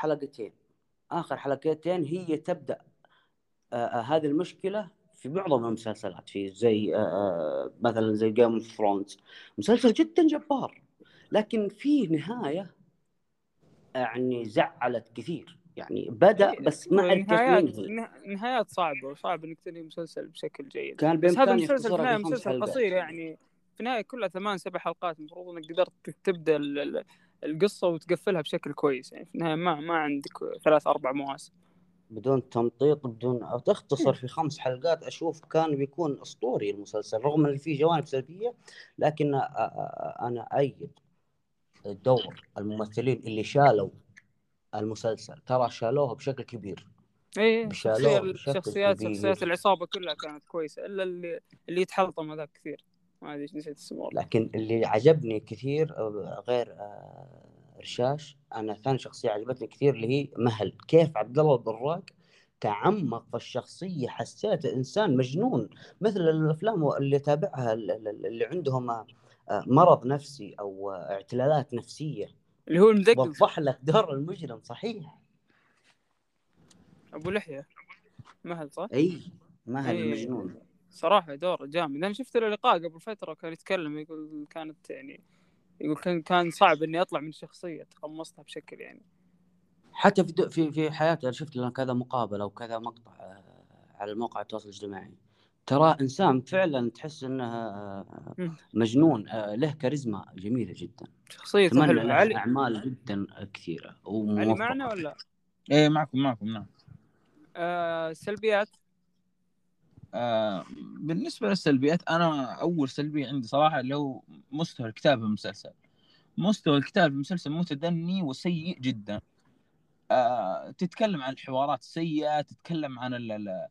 حلقتين هي تبدأ هذه المشكلة في معظم المسلسلات، في زي مثلا زي جيم اوف ثرونز، مسلسل جدا جبار، لكن فيه نهاية يعني زعلت كثير. يعني بدأ بس ما عرف كيف ينهي. نهايات صعبة، وصعب انك تنهي مسلسل بشكل جيد. كان بس هذا بإمكانه المسلسل في يختصرها النهاية في 5 مسلسل حلقات. قصير يعني، في النهاية كلها 8-7 حلقات، المفروض انك قدرت تبدأ القصة وتقفلها بشكل كويس يعني. في النهاية ما عندك 3-4 مواسم بدون تمطيط، بدون أو تختصر في 5 حلقات. أشوف كان بيكون أسطوري المسلسل، رغم أن فيه جوانب سلبية، لكن أنا أيد دور الممثلين اللي شالوا المسلسل. ترى شالوه بشكل كبير. ايه. شالوه بشكل شخصيات كبير. العصابة كلها كانت كويسة، الا اللي يتحلطم هذاك كثير، ما ادري نسيت اسمه. لكن اللي عجبني كثير غير رشاش، أنا ثاني شخصية عجبتني كثير اللي هي مهل. كيف عبد الله الضراق تعمق في الشخصية، حسيته إنسان مجنون، مثل الأفلام اللي تابعها اللي عندهم مرض نفسي أو اعتلالات نفسية. اللي هو المدقق، وضح لك دور المجرم صحيح. ابو لحية، مهل صح؟ أي مهل ايه المجنون. صراحة دوره جامد. انا شفت له لقاء قبل فترة كان يتكلم، يقول كانت يعني، يقول كان صعب اني اطلع من الشخصية، تقمصتها بشكل يعني. حتى في حياتي، أنا شفت لنا كذا مقابلة وكذا مقطع على الموقع التواصل الاجتماعي. ترى إنسان فعلا تحس إنه مم. مجنون، له كاريزما جميلة جدا، شخصيته أتمنى حلوة. له علي أعمال جدا كثيرة علي معنا وموفقة. ولا؟ ايه معكم نعم. سلبيات. بالنسبه للسلبيات، انا اول سلبيه عندي صراحه اللي هو مستوى الكتابه بالمسلسل. مستوى الكتابه بالمسلسل متدني وسيء جدا. تتكلم عن الحوارات سيئه، تتكلم عن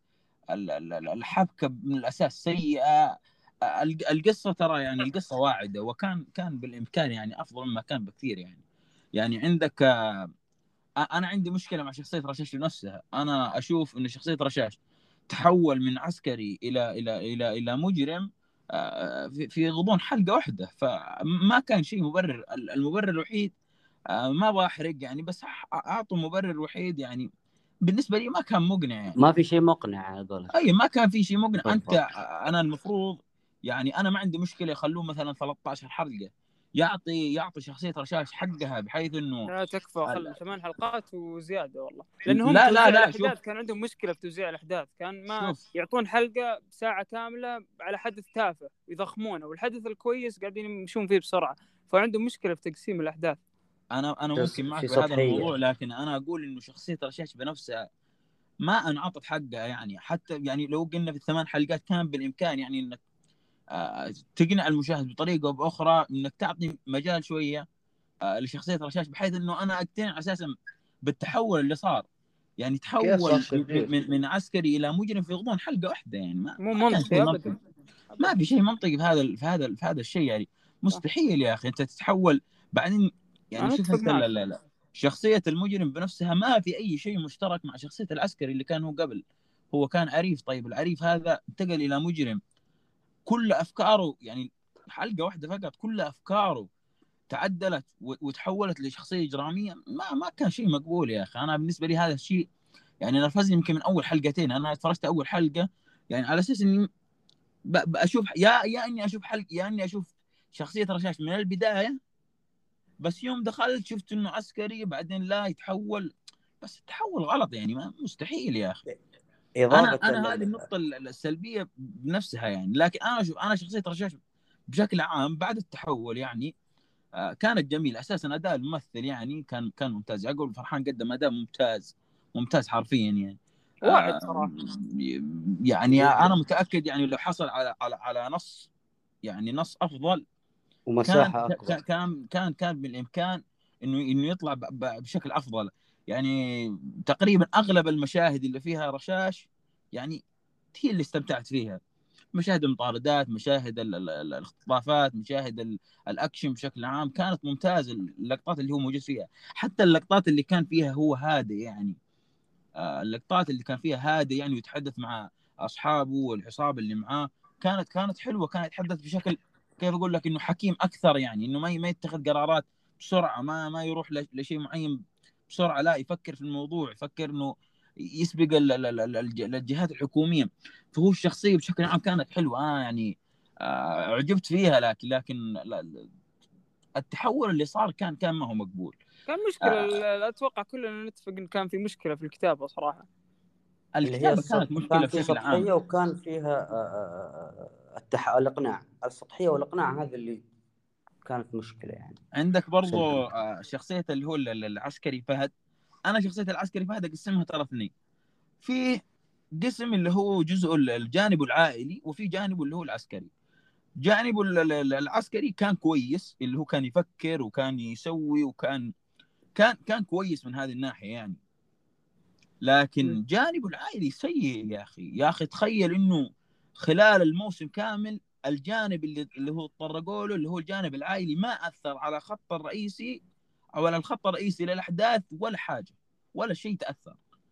الحبكه من الاساس سيئه. القصه ترى يعني القصه واعده، وكان بالامكان يعني افضل مما كان بكثير يعني عندك انا عندي مشكله مع شخصيه رشاش نفسها. انا اشوف ان شخصيه رشاش تحول من عسكري الى مجرم في غضون حلقه واحده، فما كان شيء مبرر. المبرر الوحيد ما ابغى احرق يعني، بس اعطوا مبرر وحيد يعني بالنسبه لي ما كان مقنع يعني. ما في شيء مقنع على قولتك. اي ما كان في شيء مقنع. انت بالضبط. انا المفروض يعني انا ما عندي مشكله يخلوه مثلا 13 حلقه، يعطي شخصيه رشاش حقها بحيث انه لا تكفى، خل 8 حلقات وزيادة والله، لأنهم لا لا توزيع لا شوف الأحداث كان عندهم مشكلة في توزيع الأحداث. كان ما شوف يعطون حلقة ساعة كاملة على حدث تافه ويضخمونه، والحدث الكويس قاعدين يمشون فيه بسرعة، فعندهم مشكلة في تقسيم الأحداث. انا ممكن معك في بهذا الموضوع، سطحية. لكن انا اقول انه شخصيه رشاش بنفسها ما انعطت حقها يعني. حتى يعني لو قلنا في الثمان حلقات كان بالامكان يعني انك تقنع المشاهد بطريقه او باخرى، انك تعطي مجال شويه لشخصيه رشاش، بحيث انه انا اقتنع اساسا بالتحول اللي صار. يعني كيف صار تحول شرير؟ من عسكري الى مجرم في غضون حلقه واحده يعني. مو ما كان شيء منطقي منطقي. أبدا ما أبدا. في شيء منطقي في هذا الشيء يعني. صح. مستحيل يا اخي انت تتحول بعدين. يعني أنا شوف أتفق انت، لا معك. لا لا شخصيه المجرم بنفسها ما في اي شيء مشترك مع شخصيه العسكري اللي كان هو قبل. هو كان عريف، طيب العريف هذا انتقل الى مجرم. كل افكاره يعني حلقه واحده فقط كل افكاره تعدلت وتحولت لشخصيه اجراميه. ما كان شيء مقبول يا اخي. انا بالنسبه لي هذا الشيء يعني نرفزني يمكن من اول حلقتين. انا اتفرجت اول حلقه يعني على اساس اني اشوف يا اني اشوف حلقه، يا اني اشوف شخصيه رشاش من البدايه. بس يوم دخلت شفت انه عسكري، بعدين لا يتحول. بس التحول غلط يعني، ما مستحيل يا اخي. انا إضافة انا هذه النقطه السلبيه بنفسها يعني. لكن انا اشوف انا شخصيه رشاش بشكل عام بعد التحول يعني كانت جميله. اساسا اداء الممثل يعني كان ممتاز. يعقوب فرحان قدم اداء ممتاز حرفيا يعني. واعد صراحة. يعني انا جدا، متاكد يعني لو حصل على نص يعني نص افضل، كان ومساحة أكبر. كان بالامكان انه يطلع بشكل افضل يعني. تقريبا اغلب المشاهد اللي فيها رشاش يعني هي اللي استمتعت فيها. مشاهد المطاردات، مشاهد الاختطافات، مشاهد الاكشن بشكل عام كانت ممتازه. اللقطات اللي هو موجود فيها، حتى اللقطات اللي كان فيها هو هادي يعني. اللقطات اللي كان فيها هادي يعني ويتحدث مع اصحابه والعصابه اللي معاه كانت حلوه. كان يتحدث بشكل كيف اقول لك انه حكيم اكثر يعني. انه ما يتخذ قرارات بسرعه، ما يروح لشيء معين بسرعه، لا يفكر في الموضوع، يفكر انه يسبق الجهات الحكوميه. فهو الشخصيه بشكل عام كانت حلوه. انا يعني عجبت فيها. لكن التحول اللي صار كان ما هو مقبول. كان مشكلة. أتوقع كلنا نتفق إن كان في مشكلة في الكتابة صراحة. اللي هي الكتابه كانت مشكله كان في بشكل عام. سطحية، وكان فيها الإقناع. السطحية والإقناع هذا اللي كانت مشكلة يعني. عندك برضو سلبي. شخصيه اللي هو العسكري فهد. انا شخصيه العسكري فهد اقسمها ترى اثنين. في قسم اللي هو جزء الجانب العائلي، وفي جانب اللي هو العسكري. جانب العسكري كان كويس، اللي هو كان يفكر وكان يسوي كان كويس من هذه الناحيه يعني. لكن جانب العائلي سيء يا اخي. تخيل انه خلال الموسم كامل الجانب اللي هو تطرقوا له اللي هو الجانب العائلي ما اثر على خط الرئيسي او على الخط الرئيسي للاحداث ولا حاجه، ولا شيء تاثر.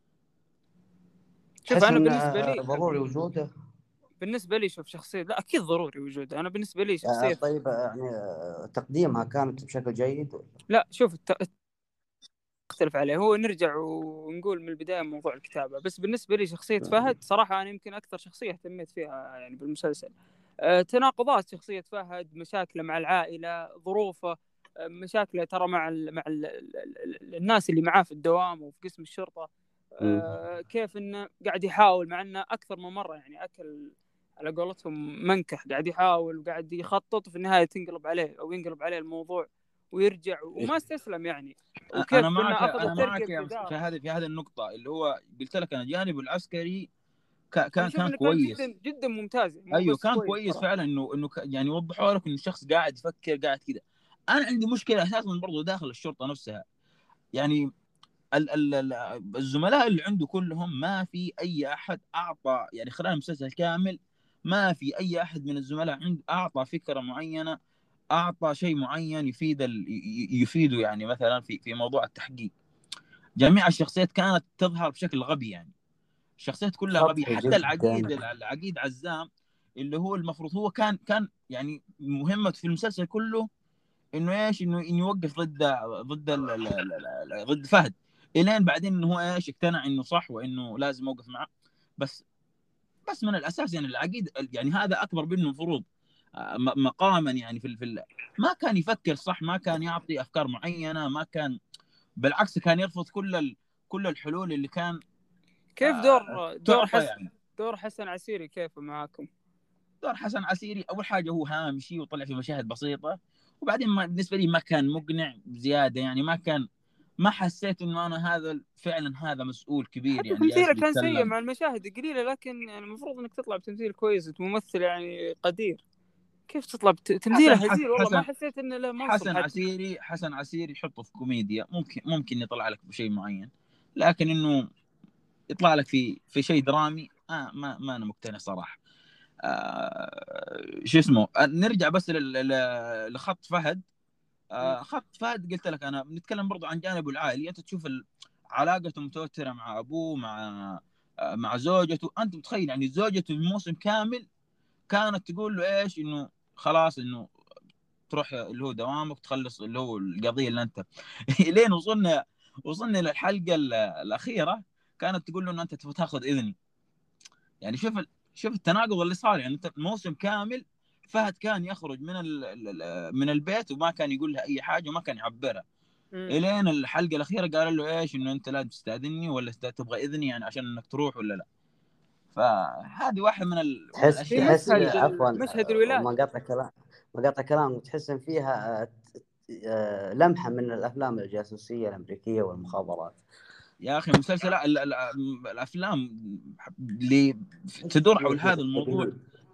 شوف تحس أنا إن ضروري وجوده. بالنسبة لي شوف شخصية، لا أكيد ضروري وجوده. أنا بالنسبة لي شخصية، طيب يعني تقديمها كانت بشكل جيد ولا؟ لا شوف اختلف عليه. هو نرجع ونقول من البداية موضوع الكتابة. بس بالنسبة لي شخصية فهد صراحة أنا يمكن أكثر شخصية اهتميت فيها يعني بالمسلسل. تناقضات شخصية فهد، مشاكله مع العائلة، ظروفه، مشاكله ترى الناس اللي معاه في الدوام وفي قسم الشرطة. كيف إنه قاعد يحاول مع إنه أكثر من مرة يعني أكل على قولتهم منكح، قاعد يحاول وقاعد يخطط، وفي النهاية تنقلب عليه أو ينقلب عليه الموضوع ويرجع وما استسلم يعني. وكيف انا معك إنه أخذ انا ترقية معك يا في إدارة. هذه النقطه اللي هو قلت لك. انا جانب العسكري أنا كان أشوف كان إنه كان كويس. جدا جدا ممتاز، مو ايوه بس كان كويس كويس ترى. فعلا، انه يعني وضحوا لك انه الشخص قاعد يفكر قاعد كذا. انا عندي مشكله اساسا برضو داخل الشرطه نفسها. يعني الزملاء اللي عنده كلهم ما في اي احد اعطى، يعني خلال المسلسل كامل ما في اي احد من الزملاء عنده اعطى فكره معينه، اعطى شيء معين يفيده يعني مثلا في موضوع التحقيق. جميع الشخصيات كانت تظهر بشكل غبي، يعني الشخصيات كلها غبية. سطحي حتى جدا. العقيد عزام اللي هو المفروض هو كان يعني مهمته في المسلسل كله انه ايش، انه يوقف ضد ضد فهد. الين بعدين انه هو ايش اقتنع انه صح وانه لازم اوقف معه. بس من الاساس يعني العقيد يعني هذا اكبر منه المفروض مقاما، يعني ما كان يفكر صح، ما كان يعطي افكار معينه، ما كان، بالعكس كان يرفض كل الحلول اللي كان كيف تعطى يعني. دور حسن عسيري كيف معاكم؟ دور حسن عسيري اول حاجه هو هامشي وطلع في مشاهد بسيطه، وبعدين بالنسبه لي ما كان مقنع زياده، يعني ما حسيت انه انا هذا فعلا هذا مسؤول كبير حتى يعني جالس تمثيله كان سيء بيتكلم. مع المشاهد القليلة، لكن يعني المفروض انك تطلع بتمثيل كويس، انت ممثل يعني قدير. كيف تطلع تمثيله هزيل؟ والله ما حسيت انه له منصب حتى. حسن عسيري يحطه في كوميديا ممكن يطلع لك بشيء معين، لكن انه يطلع لك في شيء درامي ما انا مقتنع صراحه. شو اسمه، نرجع بس لخط فهد. خط فهد قلت لك انا بنتكلم برضو عن جانبه العائلي. انت تشوف علاقته متوتره مع ابوه، مع زوجته. انت متخيل يعني زوجته الموسم كامل كانت تقول له ايش، انه خلاص انه تروح اللي هو دوامك تخلص اللي هو القضيه اللي انت لين وصلنا للحلقه الاخيره كانت تقول له انه انت تبغى تاخذ اذني. يعني شوف التناقض اللي صار. يعني انت موسم كامل فهد كان يخرج من البيت وما كان يقول لها اي حاجه وما كان يعبرها، الين الحلقه الاخيره قال له ايش، انه انت لازم تستاذني ولا تبغى اذني يعني عشان انك تروح ولا لا. فهذه واحد من في الاشياء تحس اللي عفوا، مشهد وما الولاده. قاطع كلام، تحس ان فيها لمحة من الافلام الجاسوسية الامريكية والمخابرات. يا اخي مسلسل الافلام اللي تدور حول هذا الموضوع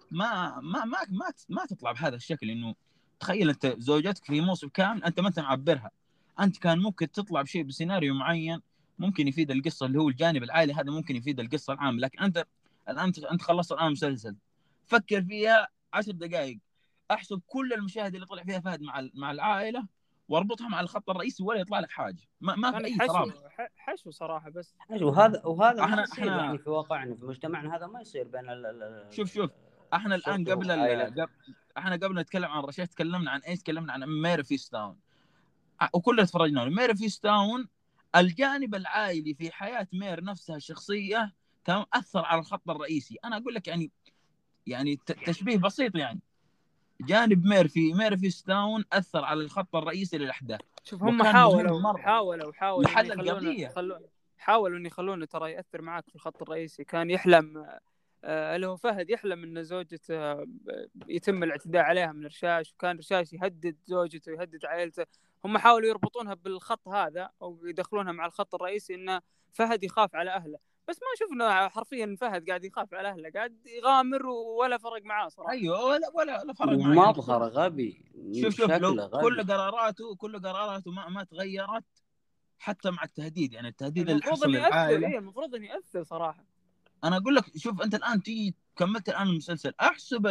ما تطلع بهذا الشكل. انه تخيل انت زوجتك في موسم كامل انت ما انت معبرها. انت كان ممكن تطلع بشيء بسيناريو معين ممكن يفيد القصه اللي هو الجانب العائلي، هذا ممكن يفيد القصه العامه. لكن انت الان انت خلصت الان مسلسل، فكر فيها 10 دقائق، احسب كل المشاهد اللي طلع فيها فهد مع العائله واربطها مع الخط الرئيسي ولا يطلع لك حاجه. ما في كانت اي ترابط. حشو صراحه. بس وهذا ما يصير احنا يعني في واقعنا، في مجتمعنا هذا ما يصير بين شوف احنا الان الشرطي وعائلته. احنا قبل نتكلم عن رشاش تكلمنا عن ايش؟ تكلمنا عن ميري فيستاون وكلنا تفرجنا له. ميري فيستاون الجانب العائلي في حياه مير نفسها الشخصيه تمام اثر على الخط الرئيسي. انا اقول لك يعني تشبيه بسيط يعني جانب مير فيستاون اثر على الخط الرئيسي للاحداث شوف، هم وكان مهم مره حاولوا ان لحل القضيه. حاولوا ان يخلونه ترى ياثر معاك في الخط الرئيسي. كان يحلم اللي هو فهد يحلم ان زوجته يتم الاعتداء عليها من رشاش، وكان رشاش يهدد زوجته ويهدد عائلته. هم حاولوا يربطونها بالخط هذا او يدخلونها مع الخط الرئيسي ان فهد يخاف على اهله، بس ما شفنا حرفيا فهد قاعد يخاف على اهله، قاعد يغامر ولا فرق معاه صراحه. ايوه ولا فرق معي يعني. ومظهر غبي، شوف لو شكله غبي. كل قراراته ما تغيرت حتى مع التهديد، يعني التهديد اللي المفروض حصل انه ياثر، للعائله. المفروض انه ياثر صراحه. انا اقول لك شوف، انت الان تيجي كملت الان المسلسل، احسب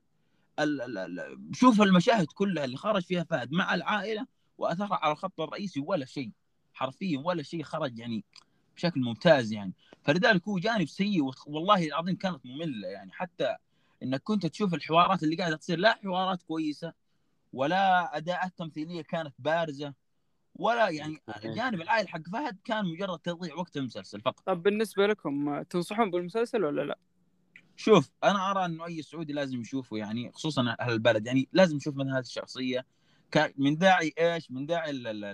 شوف المشاهد كلها اللي خرج فيها فهد مع العائله واثرها على الخط الرئيسي، ولا شيء حرفيا ولا شيء خرج يعني بشكل ممتاز يعني. فلذلك هو جانب سيء والله العظيم كانت ممله يعني. حتى انك كنت تشوف الحوارات اللي قاعده تصير لا حوارات كويسه ولا اداءات تمثيليه كانت بارزه، ولا يعني جانب العائل حق فهد كان مجرد تضييع وقت المسلسل فقط. طب بالنسبة لكم تنصحون بالمسلسل ولا لا؟ شوف انا ارى انه اي سعودي لازم يشوفه، يعني خصوصا اهل البلد، يعني لازم يشوف مثل هذه الشخصيه من داعي ايش، من داعي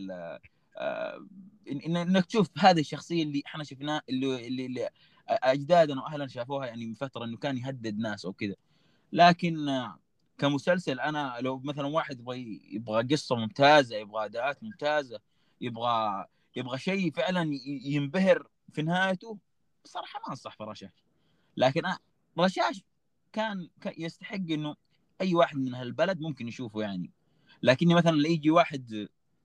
انك تشوف هذه الشخصيه اللي احنا شفناه اللي اجدادنا واهلنا شافوها يعني من فتره، انه كان يهدد ناس او كذا. لكن كمسلسل انا لو مثلا واحد يبغى قصه ممتازه، يبغى اداءات ممتازه، يبغى شيء فعلا ينبهر في نهايته، صراحه ما انصح برشاش. لكن رشاش كان يستحق انه اي واحد من هالبلد ممكن يشوفه يعني. لكني مثلا اللي يجي واحد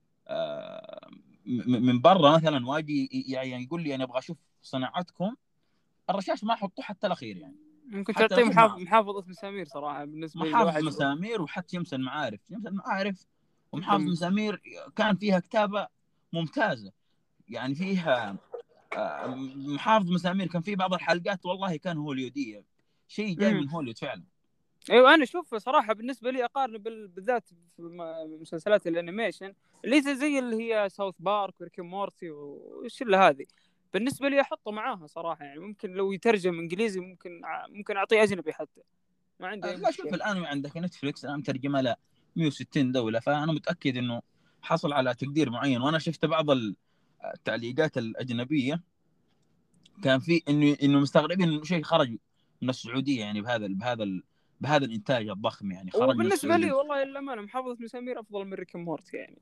من برا مثلا واجي يعني يقول لي انا ابغى اشوف صناعتكم، الرشاش ما احطه حتى الاخير يعني. ممكن حتى تعطيه الأخير ما محافظة مسامير صراحة بالنسبة لي محافظ لواحد. مسامير، وحتى يمس المعارف ومحافظ جدا. مسامير كان فيها كتابة ممتازة يعني. فيها محافظ مسامير كان في بعض الحلقات والله كان هوليودية، شيء جاي من هوليود فعلا. ايوه انا اشوف صراحه بالنسبه لي اقارن بالذات في مسلسلات الانيميشن اللي زي اللي هي ساوث بارك وريك مورتي والشله هذه، بالنسبه لي احطه معاها صراحه يعني. ممكن لو يترجم انجليزي ممكن اعطيه اجنبي حتى، ما عندي اي لا شوف مشكله. الآن عندك نتفليكس الآن مترجمة ل 160 دولة، فأنا متأكد إنه حصل على تقدير معين. وأنا شفت بعض التعليقات الأجنبية كان في إنه مستغربين إنه شيء خرج من السعودية يعني بهذا الإنتاج الضخم يعني، خرج من وبالنسبه لي السعودية. والله للامانه محافظه مسامير افضل من ريك مورتي يعني،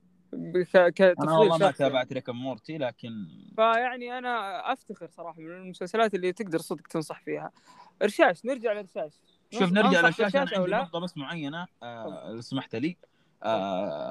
أنا كتفضيل والله ما شخصي يعني. تابعت ريك مورتي، لكن فيعني انا افتخر صراحه من المسلسلات اللي تقدر صدق تنصح فيها. رشاش، نرجع لرشاش. شوف نرجع انصح للشاشة. أنا برشاش او عندي لا؟ نقطة بس معينة تفضل لو سمحت لي. تفضل.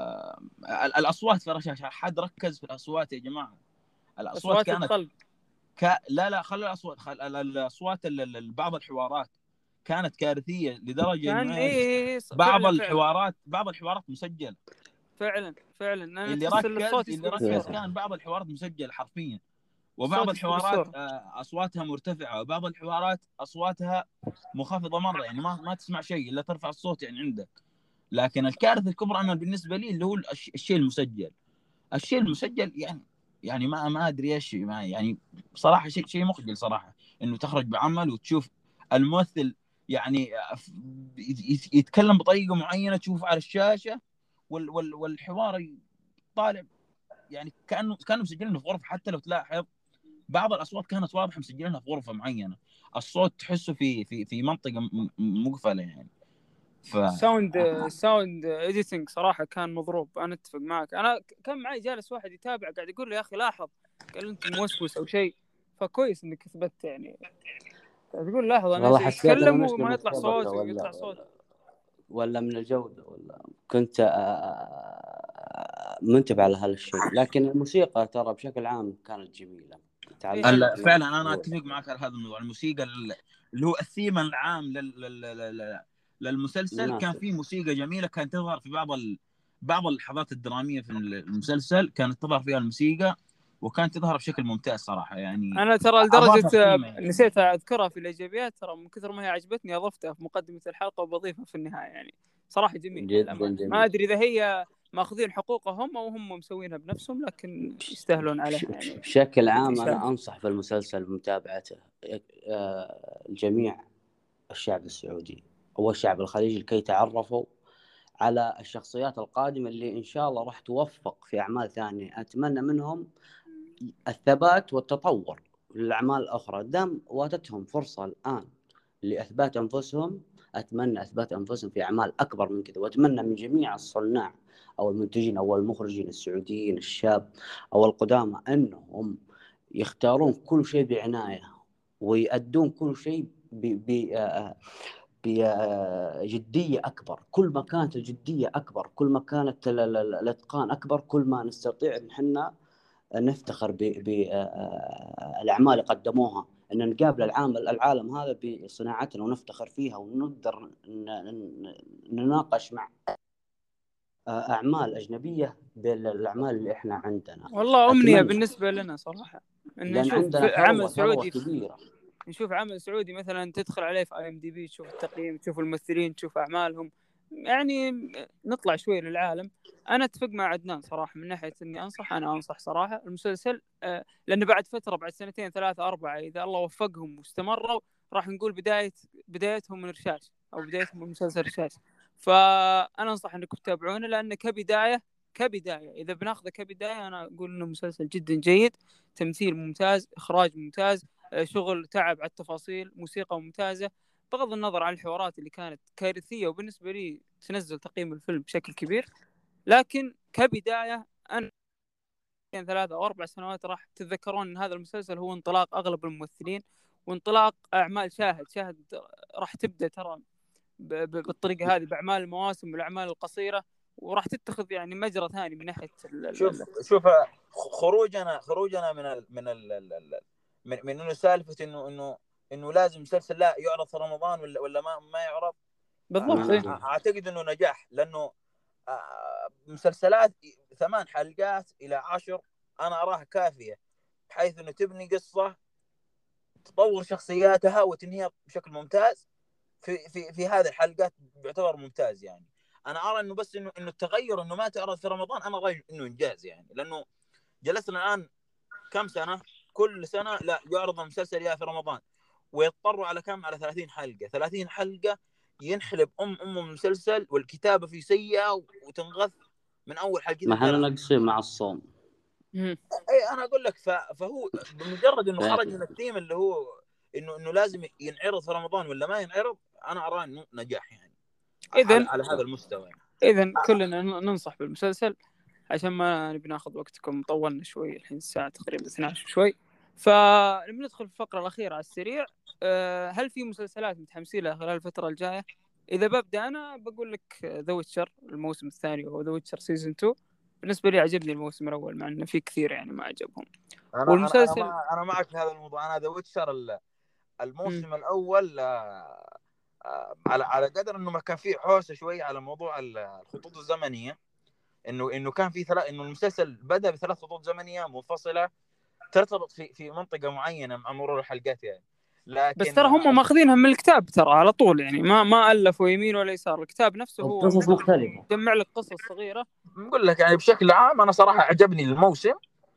الأصوات في الرشاشة، حد ركز في الأصوات يا جماعة؟ الأصوات اصوات كانت الخلق لا خلوا الأصوات، الأصوات بعض الحوارات كانت كارثية لدرجة كان إنه إيش، ايه بعض فعلا الحوارات بعض الحوارات مسجلة. فعلا انا اللي تحس ان ركز الصوت اللي يسبق ركز الصوره. كان بعض الحوارات مسجلة حرفيا، وبعض الصوت يسبق الحوارات الصوره. أصواتها مرتفعة، وبعض الحوارات أصواتها منخفضة مرة يعني ما تسمع شيء إلا ترفع الصوت يعني عندك. لكن الكارثة الكبرى أنا بالنسبة لي اللي هو الشيء المسجل. الشيء المسجل يعني ما ادري ايش يعني بصراحه شيء مخجل صراحه، انه تخرج بعمل وتشوف الممثل يعني يتكلم بطريقه معينه تشوف على الشاشه، والحوار طالع يعني كانوا مسجلينه في غرفه. حتى لو تلاحظ بعض الاصوات كانت واضحه مسجلينها في غرفه معينه، الصوت تحسه في منطقه مقفله يعني. ف ساوند اديتنج صراحه كان مضروب. انا اتفق معك. انا كان معي جالس واحد يتابع قاعد يقول لي يا اخي لاحظ، قال انت موسوس او شيء. فكويس انك اثبت يعني. قاعد يقول لاحظ والله الناس حسيت يتكلم المشكلة وما من يطلع الشبكة صوت ويطلع صوت. ولا من الجودة، ولا كنت منتبه على هذا الشيء. لكن الموسيقى ترى بشكل عام كانت جميلة، اي تعلمت حلو. من فعلا انا اتفق الأولى. معك على هذا الموضوع. الموسيقى اللي هو الثيم العام للمسلسل، كان مناسب. فيه موسيقى جميله كانت تظهر في بعض اللحظات الدراميه في المسلسل، كانت تظهر فيها الموسيقى وكانت تظهر بشكل ممتاز صراحه يعني. انا ترى لدرجه اضافها قيمه يعني. نسيت اذكرها في الايجابيات، ترى من كثر ما هي عجبتني اضفتها في مقدمه الحلقه وبضيفها في النهايه يعني. صراحه جميل جدا للامانه. ما جميل. ادري اذا هي ماخذين حقوقهم او هم مسوينها بنفسهم، لكن يستاهلون عليها يعني. بشكل عام يشاهد. أنا أنصح في المسلسل بمتابعته الجميع، الشعب السعودي والشعب الخليجي، لكي يتعرفوا على الشخصيات القادمة اللي إن شاء الله راح توفق في أعمال ثانية. أتمنى منهم الثبات والتطور للأعمال الأخرى. دام واتتهم فرصة الآن لإثبات أنفسهم، أتمنى إثبات أنفسهم في أعمال أكبر من كذا. وأتمنى من جميع الصناع أو المنتجين أو المخرجين السعوديين الشاب أو القدامى أنهم يختارون كل شيء بعناية، ويؤدون كل شيء بجدية أكبر. كل ما كانت الجدية أكبر، كل ما كانت الإتقان أكبر، كل ما نستطيع أن احنا نفتخر بالأعمال اللي قدموها، أن نقابل العالم هذا بصناعتنا ونفتخر فيها، ونقدر نناقش مع أعمال أجنبية بالأعمال اللي إحنا عندنا. والله أمنية أتمنى، بالنسبة لنا صراحة إن لأن نشوف عندنا عمل ثروة سعودي. كبيرة. نشوف عمل سعودي مثلا تدخل عليه في IMDb، تشوف التقييم، تشوف الممثلين، تشوف أعمالهم، يعني نطلع شوي للعالم. أنا أتفق مع عدنان صراحة من ناحية إني أنا أنصح صراحة المسلسل، لأنه بعد فترة، بعد سنتين ثلاثة أربعة، إذا الله وفقهم واستمروا، راح نقول بدايتهم من رشاش أو بدايتهم من مسلسل رشاش. فأنا أنصح إنكم تتابعونه، لأنه كبداية إذا بناخذه كبداية، أنا أقول إنه مسلسل جدا جيد. تمثيل ممتاز، إخراج ممتاز، شغل تعب على التفاصيل، موسيقى ممتازة. بغض النظر عن الحوارات اللي كانت كارثية وبالنسبة لي تنزل تقييم الفيلم بشكل كبير، لكن كبداية أنا 3 أو 4 سنوات راح تتذكرون أن هذا المسلسل هو انطلاق أغلب الممثلين وانطلاق أعمال شاهد راح تبدأ ترى بالطريقة هذه بأعمال المواسم والأعمال القصيرة، وراح تتخذ يعني مجرى ثاني من ناحية شوف خروجنا من انه سالفه انه لازم مسلسل لا يعرض في رمضان ولا ما يعرض بالضبط. اعتقد انه نجاح، لانه مسلسلات 8 حلقات الى 10 انا اراها كافيه، بحيث انه تبني قصه، تطور شخصياتها وتنهيها بشكل ممتاز في هذه الحلقات، بيعتبر ممتاز. يعني انا ارى انه بس انه التغير انه ما تعرض في رمضان، انا رايي انه انجاز، يعني لانه جلسنا الان كم سنه كل سنه لا يعرض المسلسل يا في رمضان، ويضطروا على كم، على 30 حلقه ينحلب المسلسل، والكتابه فيه سيئه وتنغث من اول حلقتين. ما احنا ناقصين مع الصوم. اي انا اقول لك، فهو بمجرد انه خرج من الثيم اللي هو انه لازم ينعرض في رمضان ولا ما ينعرض، انا اراه انه نجاح يعني على هذا المستوى يعني. اذا كلنا ننصح بالمسلسل عشان ما نبي ناخذ وقتكم، طولنا شوي الحين الساعه تقريبا 12 شوي، فبندخل في الفقره الاخيره على السريع. هل في مسلسلات متحمسين لها خلال الفتره الجايه؟ اذا ببدا انا بقول لك ذا ويتشر الموسم الثاني وهو ذا ويتشر سيزون 2. بالنسبه لي عجبني الموسم الاول مع انه في كثير يعني ما عجبهم. والمسلسل انا معك في هذا الموضوع. انا ذا ويتشر الموسم الاول على قدر انه ما كان فيه حوسه شوي على موضوع الخطوط الزمنيه، انه كان في انه المسلسل بدا بثلاث خطوط زمنيه منفصله ترتبط في منطقه معينه مع مرور الحلقات يعني. لكن بس ترى هم ماخذينها من الكتاب ترى على طول، يعني ما الفوا يمين ولا يسار، الكتاب نفسه هو قصص مختلفه، جمع لك قصص صغيره. نقول لك يعني بشكل عام انا صراحه عجبني الموسم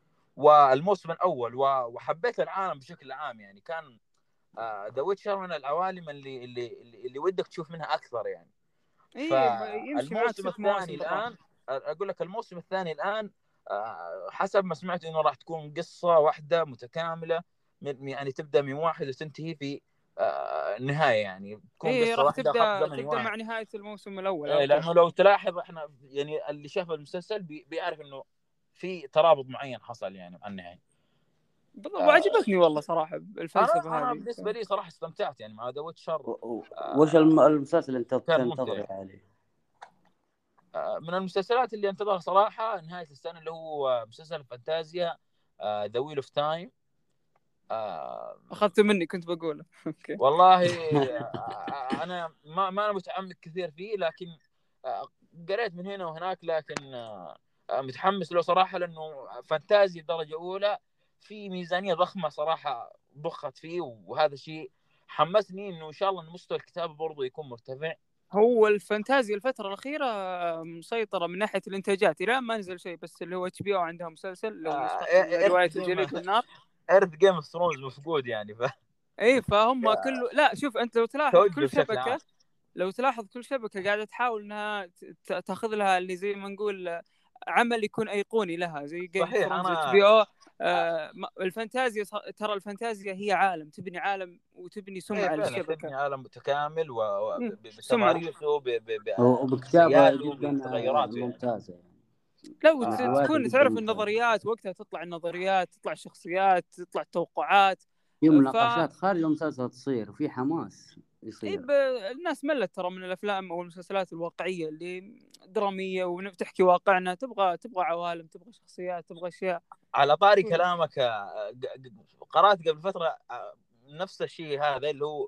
الاول وحبيت العالم بشكل عام. يعني كان ذا ويتشر من العوالم اللي ودك تشوف منها اكثر يعني. فالموسم الثاني الان اقول لك الموسم الثاني الان حسب ما سمعت انه راح تكون قصه واحده متكامله، يعني تبدا من واحد وتنتهي في النهايه، يعني تكون قصه راح واحده تبدا مع نهايه الموسم الاول. لانه لو تلاحظ احنا يعني اللي شاف المسلسل بيعرف انه في ترابط معين حصل يعني مع النهايه. وعجبتني والله صراحه الفلسفه أنا هذه. بالنسبه لي صراحه استمتعت يعني مع ذا ويتشر. وش المسلسل اللي انت تنتظر عليه؟ من المسلسلات اللي انتظر صراحه نهايه السنه اللي هو مسلسل فانتازيا ذا ويل اوف تايم. اخذت مني كنت بقوله. والله انا ما انا متعمق كثير فيه، لكن قريت من هنا وهناك، لكن متحمس له صراحه لانه فانتازي درجه اولى، في ميزانيه ضخمه صراحه ضخت فيه، وهذا الشيء حمسني انه ان شاء الله مستوى الكتابه برضه يكون مرتفع. هو الفانتازيا الفترة الأخيرة مسيطرة من ناحية الإنتاجات، إلى ما نزل شيء بس اللي هو HBO عندها مسلسل لو رواية الجليد والنار. إرث جيم اوف ثرونز مفقود يعني فهم كله. لا شوف أنت لو تلاحظ كل شبكة، لو تلاحظ كل شبكة قاعدة تحاول إنها تأخذ لها اللي زي ما نقول عمل يكون أيقوني لها زي جيم اوف ثرونز HBO. الفانتازيا ترى الفانتازيا هي عالم، تبني عالم وتبني سمعة للشبكة، تبني عالم متكامل وبتماريسه وبكتابة جدا ممتازة يعني. لو تكون تعرف النظريات وقتها تطلع النظريات، تطلع الشخصيات، تطلع التوقعات، في مناقشات خارج المسلسل تصير وفي حماس يصير. الناس ملت ترى من الافلام او المسلسلات الواقعيه اللي دراميه وتحكي واقعنا، تبغى عوالم، تبغى شخصيات، تبغى اشياء. على طاري كلامك قرأت قبل فتره نفس الشيء هذا اللي هو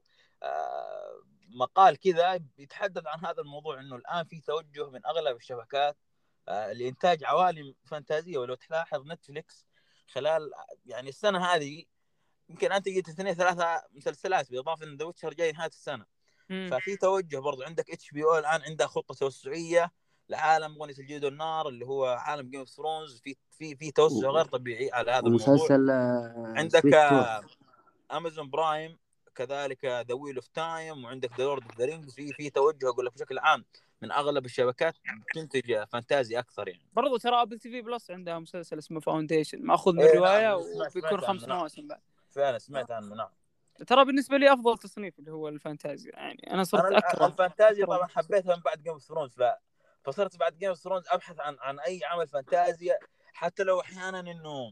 مقال كذا بيتحدث عن هذا الموضوع، انه الان في توجه من اغلب الشبكات لإنتاج عوالم فانتازية. ولو تلاحظ نتفليكس خلال يعني السنة هذه يمكن أنت جيت 2-3 مسلسلات، بإضافة أن ذا ويتشر جاي نهاية السنة. ففي توجه برضو. عندك HBO الآن عندها خطة توسعية لعالم غنية الجليد والنار اللي هو عالم جيم اوف ثرونز. في توسع غير طبيعي على هذا الموضوع. عندك أمازون برايم كذلك ذا ويل اوف تايم، وعندك ذا لورد اوف ذا رينجز. في توجه اقول لك بشكل عام من اغلب الشبكات تنتج فانتازي اكثر يعني. برضو ترى ابل تي في بلس عندها مسلسل اسمه فاونديشن ماخذ من الروايه وبيكون 5 مواسم بعد. فعلا سمعت عنه. نعم ترى بالنسبه لي افضل تصنيف اللي هو الفانتازيا، يعني انا صرت انا اكره الفانتازيا طبعا حبيتها من بعد جيم اوف ثرونز، فصرت بعد جيم اوف ثرونز ابحث عن اي عمل فانتازيا، حتى لو احيانا انه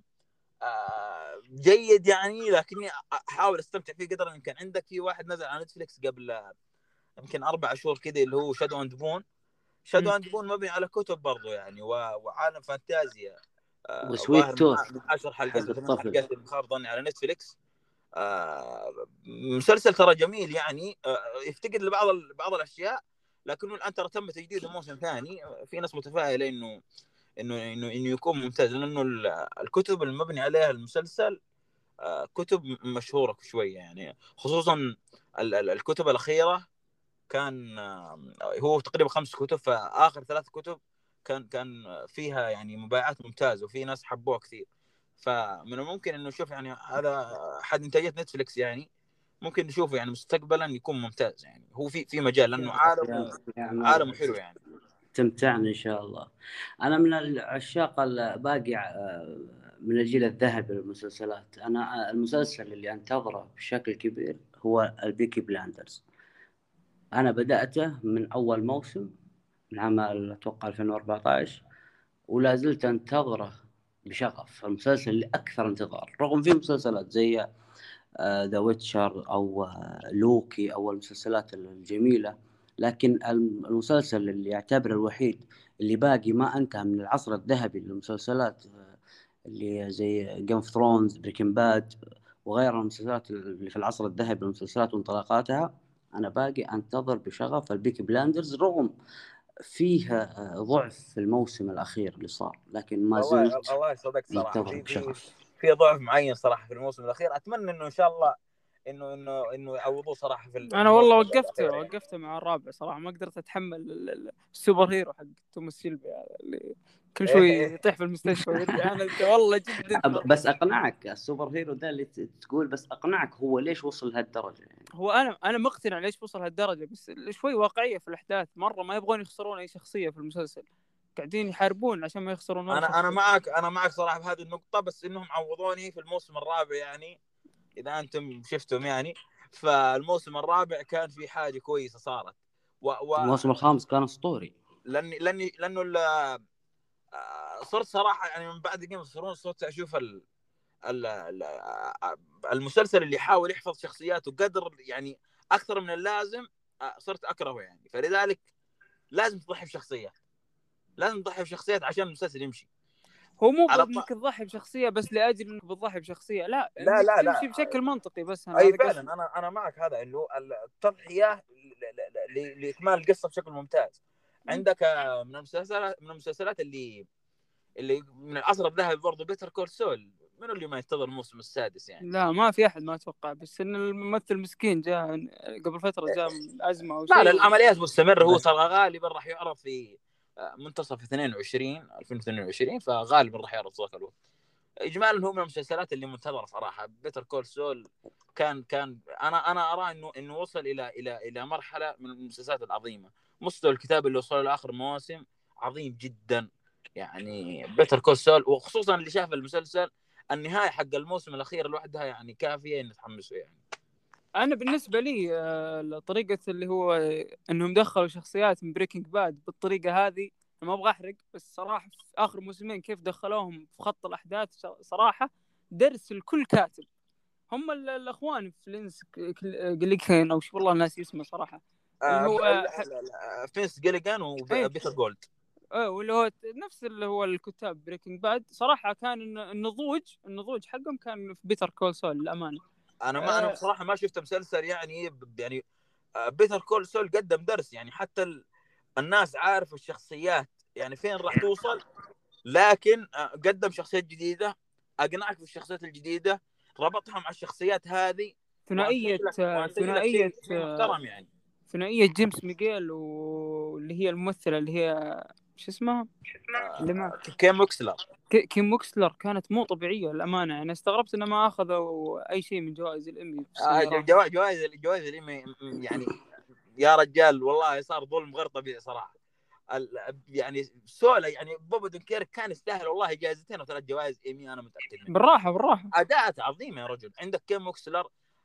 جيد يعني، لكني احاول استمتع فيه قدر الامكان. عندك في واحد نزل على نتفليكس قبل يمكن 4 شهور كذا اللي هو شادو اند بون. شادو اند بون مبني على كتب برضو يعني، وعالم فانتازيا. وسويت ظاهر توث من 10 حلقات حق و 8 الطفل. حلقات اللي خاب ظني على نتفليكس. مسلسل ترى جميل يعني، يفتقد بعض الاشياء، لكنه الان ترى تم تجديده موسم ثاني. في ناس متفائله انه يكون ممتاز، لانه الكتب المبني عليها المسلسل كتب مشهوره شويه يعني، خصوصا الكتب الاخيره. كان هو تقريبا 5 كتب، فاخر 3 كتب كان فيها يعني مبيعات ممتازه، وفي ناس حبوها كثير. فمن الممكن انه نشوف يعني هذا احد انتاجات نتفليكس يعني، ممكن نشوفه يعني مستقبلا يكون ممتاز يعني. هو في مجال، لانه عالم حلو يعني. تمتعنا ان شاء الله. انا من العشاق الباقي من الجيل الذهبي للمسلسلات. انا المسلسل اللي انتظره بشكل كبير هو البيكي بلاندرز. انا بدأته من اول موسم من عام اتوقع 2014، ولا زلت انتظره بشغف. المسلسل اللي اكثر انتظار، رغم في مسلسلات زي ذا ويتشر او لوكي او المسلسلات الجميله، لكن المسلسل اللي يعتبر الوحيد اللي باقي ما انتهى من العصر الذهبي للمسلسلات اللي زي جيم اوف ثرونز، بريكنج باد، وغيرها من المسلسلات اللي في العصر الذهبي للمسلسلات وانطلاقاتها، انا باقي انتظر بشغف البيكي بلاندرز، رغم فيه ضعف في الموسم الاخير اللي صار، لكن ما زلت الله يصدق صراحه، منتظر بشغف. في ضعف معين صراحه في الموسم الاخير. اتمنى انه ان شاء الله انه يعوضوه صراحه في انا والله الموسم الاخير يعني. وقفت مع الرابع صراحه، ما قدرت اتحمل السوبر هيرو حق توماس شيلبي هذا اللي كل شوي يطيح في المستشفى ويرجع. انا والله جدا بس اقنعك السوبر هيرو ده اللي تقول، بس اقنعك هو ليش وصل لهالدرجه يعني؟ هو انا مقتنع ليش وصل هالدرجه، بس شوي واقعيه في الاحداث، مره ما يبغون يخسرون اي شخصيه في المسلسل، قاعدين يحاربون عشان ما يخسرون ولا شخصية. انا معك صراحه في هذه النقطه، بس انهم عوضوني في الموسم الرابع يعني، اذا انتم شفتم يعني. فالموسم الرابع كان في حاجه كويسه صارت، الموسم الخامس كان اسطوري. لانه صرت صراحه يعني من بعد جيم اوف ثرونز صرت اشوف المسلسل اللي يحاول يحفظ شخصياته قدر يعني اكثر من اللازم، صرت اكرهه يعني. فلذلك لازم تضحي بشخصيات عشان المسلسل يمشي. هو مو انك تضحي بشخصيه بس لاجل انك بتضحي بشخصيه، لا انك تمشي بشكل منطقي. بس اي فعلا انا معك هذا، انه التضحيه لاكمال القصه بشكل ممتاز. عندك من المسلسلات اللي من العصر الذهبي برضه بيتر كول سول. منو اللي ما ينتظر الموسم السادس يعني؟ لا ما في احد ما اتوقع، بس ان الممثل مسكين جاء قبل فتره جاء من ازمه او شيء. لا العمليات مستمره. هو ترى غالبا راح يعرض في منتصف 2022، فغالبا راح يعرض ذاك الوقت. اجمالا هو من المسلسلات اللي منتظره صراحه. بيتر كول سول كان انا ارى انه وصل الى مرحله من المسلسلات العظيمه. مستوى الكتاب اللي وصل له اخر مواسم عظيم جدا يعني. بيتر كول سول، وخصوصا اللي شاف المسلسل النهايه حق الموسم الاخير لوحدها يعني كافيه ان تحمسه يعني. انا بالنسبه لي طريقه اللي هو انهم دخلوا شخصيات من بريكنج باد بالطريقه هذه، ما ابغى احرق، بس صراحه في اخر موسمين كيف دخلوهم في خط الاحداث صراحه درس الكل كاتب. هم الاخوان فلينس جليكين او شو والله الناس اسمه صراحه، اللي هو فينس جيليغان وبيتر جولد، واللي هو نفس اللي هو الكتاب بريكنج باد. صراحه كان النضوج حقهم كان في بيتر كول سول للامانه. انا بصراحه ما شفت مسلسل يعني بيتر كول سول قدم درس يعني. حتى الناس عارف الشخصيات يعني فين راح توصل، لكن قدم شخصيات جديده، اقنعك في الشخصيات الجديده، ربطها مع الشخصيات هذه، ثنائيه شيء محترم يعني. ثنائيه جيمس ميغيل واللي هي الممثله اللي هي شو اسمها اللي ما كيم موكسلر كانت مو طبيعيه للامانه يعني. استغربت انه ما اخذوا اي شيء من جوائز الامي. جوائز الامي يعني يا رجال والله صار ظلم غير طبيعي صراحه. يعني سولا يعني بوب دونكيرك كان يستاهل والله جائزتين او 3 جوائز ايمي، انا متاكد منه. بالراحه اداءات عظيمه يا رجل. عندك كيم موكسلر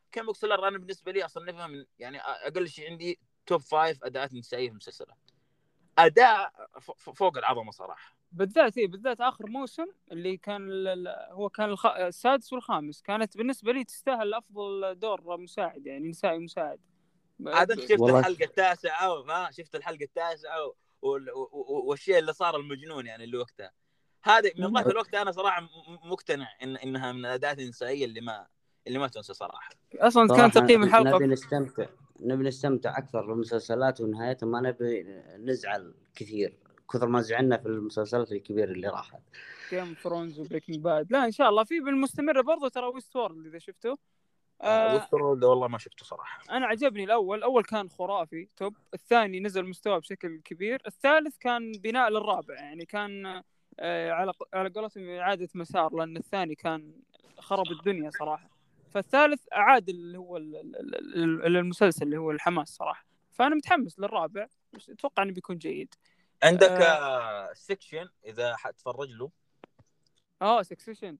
كين بوكس سيلر انا بالنسبه لي اصنفها من يعني اقل شيء عندي توب 5 اداءات نسائيه في المسلسلات. اداء فوق العظمه صراحه. بالذات اخر موسم اللي كان هو كان السادس والخامس، كانت بالنسبه لي تستاهل افضل دور مساعد، يعني نسائي مساعد. عاد انت شفت الحلقه التاسعه ما شفت الحلقه التاسعه والشيء اللي صار المجنون يعني اللي وقتها هذا من ذاك الوقت انا صراحه مقتنع انها من الاداءات النسائيه اللي ما تنسى صراحه. اصلا كان تقييم الحلقه نبي نستمتع اكثر بالمسلسلات ونهايتها، ما نبي نزعل كثير كثر ما زعلنا في المسلسلات الكبيره اللي راحت جيم اوف ثرونز وبريكنج باد. لا ان شاء الله في بالمستمر برضه ترى ويست وورلد اذا شفته. ويست وورلد والله ما شفته صراحه. انا عجبني الاول كان خرافي توب، الثاني نزل مستوى بشكل كبير، الثالث كان بناء للرابع، يعني كان على قولتهم اعاده مسار، لان الثاني كان خرب الدنيا صراحه. فالثالث اعاد اللي هو المسلسل اللي هو الحماس صراحه. فانا متحمس للرابع، اتوقع انه بيكون جيد. عندك سكشن اذا حتفرج له. سكسيشن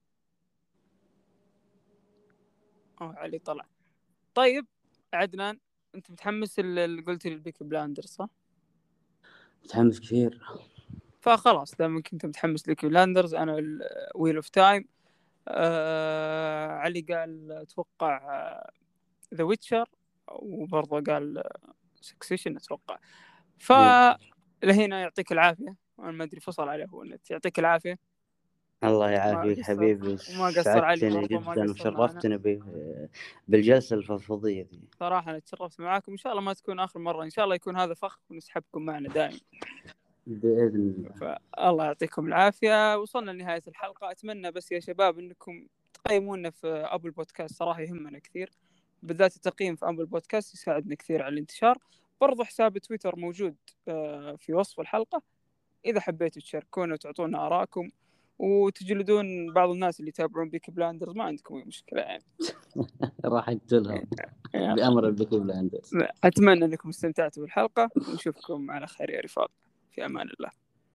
علي طلع. طيب عدنان، انت متحمس اللي قلت لي البيكي بلاندر صح؟ متحمس كثير. فخلاص دام كنت متحمس لبيكي بلاندرز، انا ويل اوف تايم. علي قال اتوقع ذا ويتشر، وبرضه قال سكسيشن اتوقع. فلهنا يعطيك العافيه، انا ما ادري فصل عليه هو النت. يعطيك العافيه. الله يعافيك حبيبي، وما قصر علي جدا وشرفتنا بالجلسه الفضفضيه دي. صراحه انا تشرفت معاكم، ان شاء الله ما تكون اخر مره، ان شاء الله يكون هذا فخ ونسحبكم معنا دائما باذن الله. فالله يعطيكم العافيه. وصلنا لنهايه الحلقه. اتمنى بس يا شباب انكم تقيمونا في ابل بودكاست، صراحه يهمنا كثير، بالذات التقييم في ابل بودكاست يساعدنا كثير على الانتشار. برضو حساب تويتر موجود في وصف الحلقه، اذا حبيتوا تشاركونا وتعطونا آراءكم وتجلدون بعض الناس اللي يتابعون بيكي بلاندرز، ما عندكم اي مشكله يعني. راح اقتلهم بأمر البيكي بلاندرز. اتمنى انكم استمتعتوا بالحلقه، ونشوفكم على خير يا رفاق، في امان الله.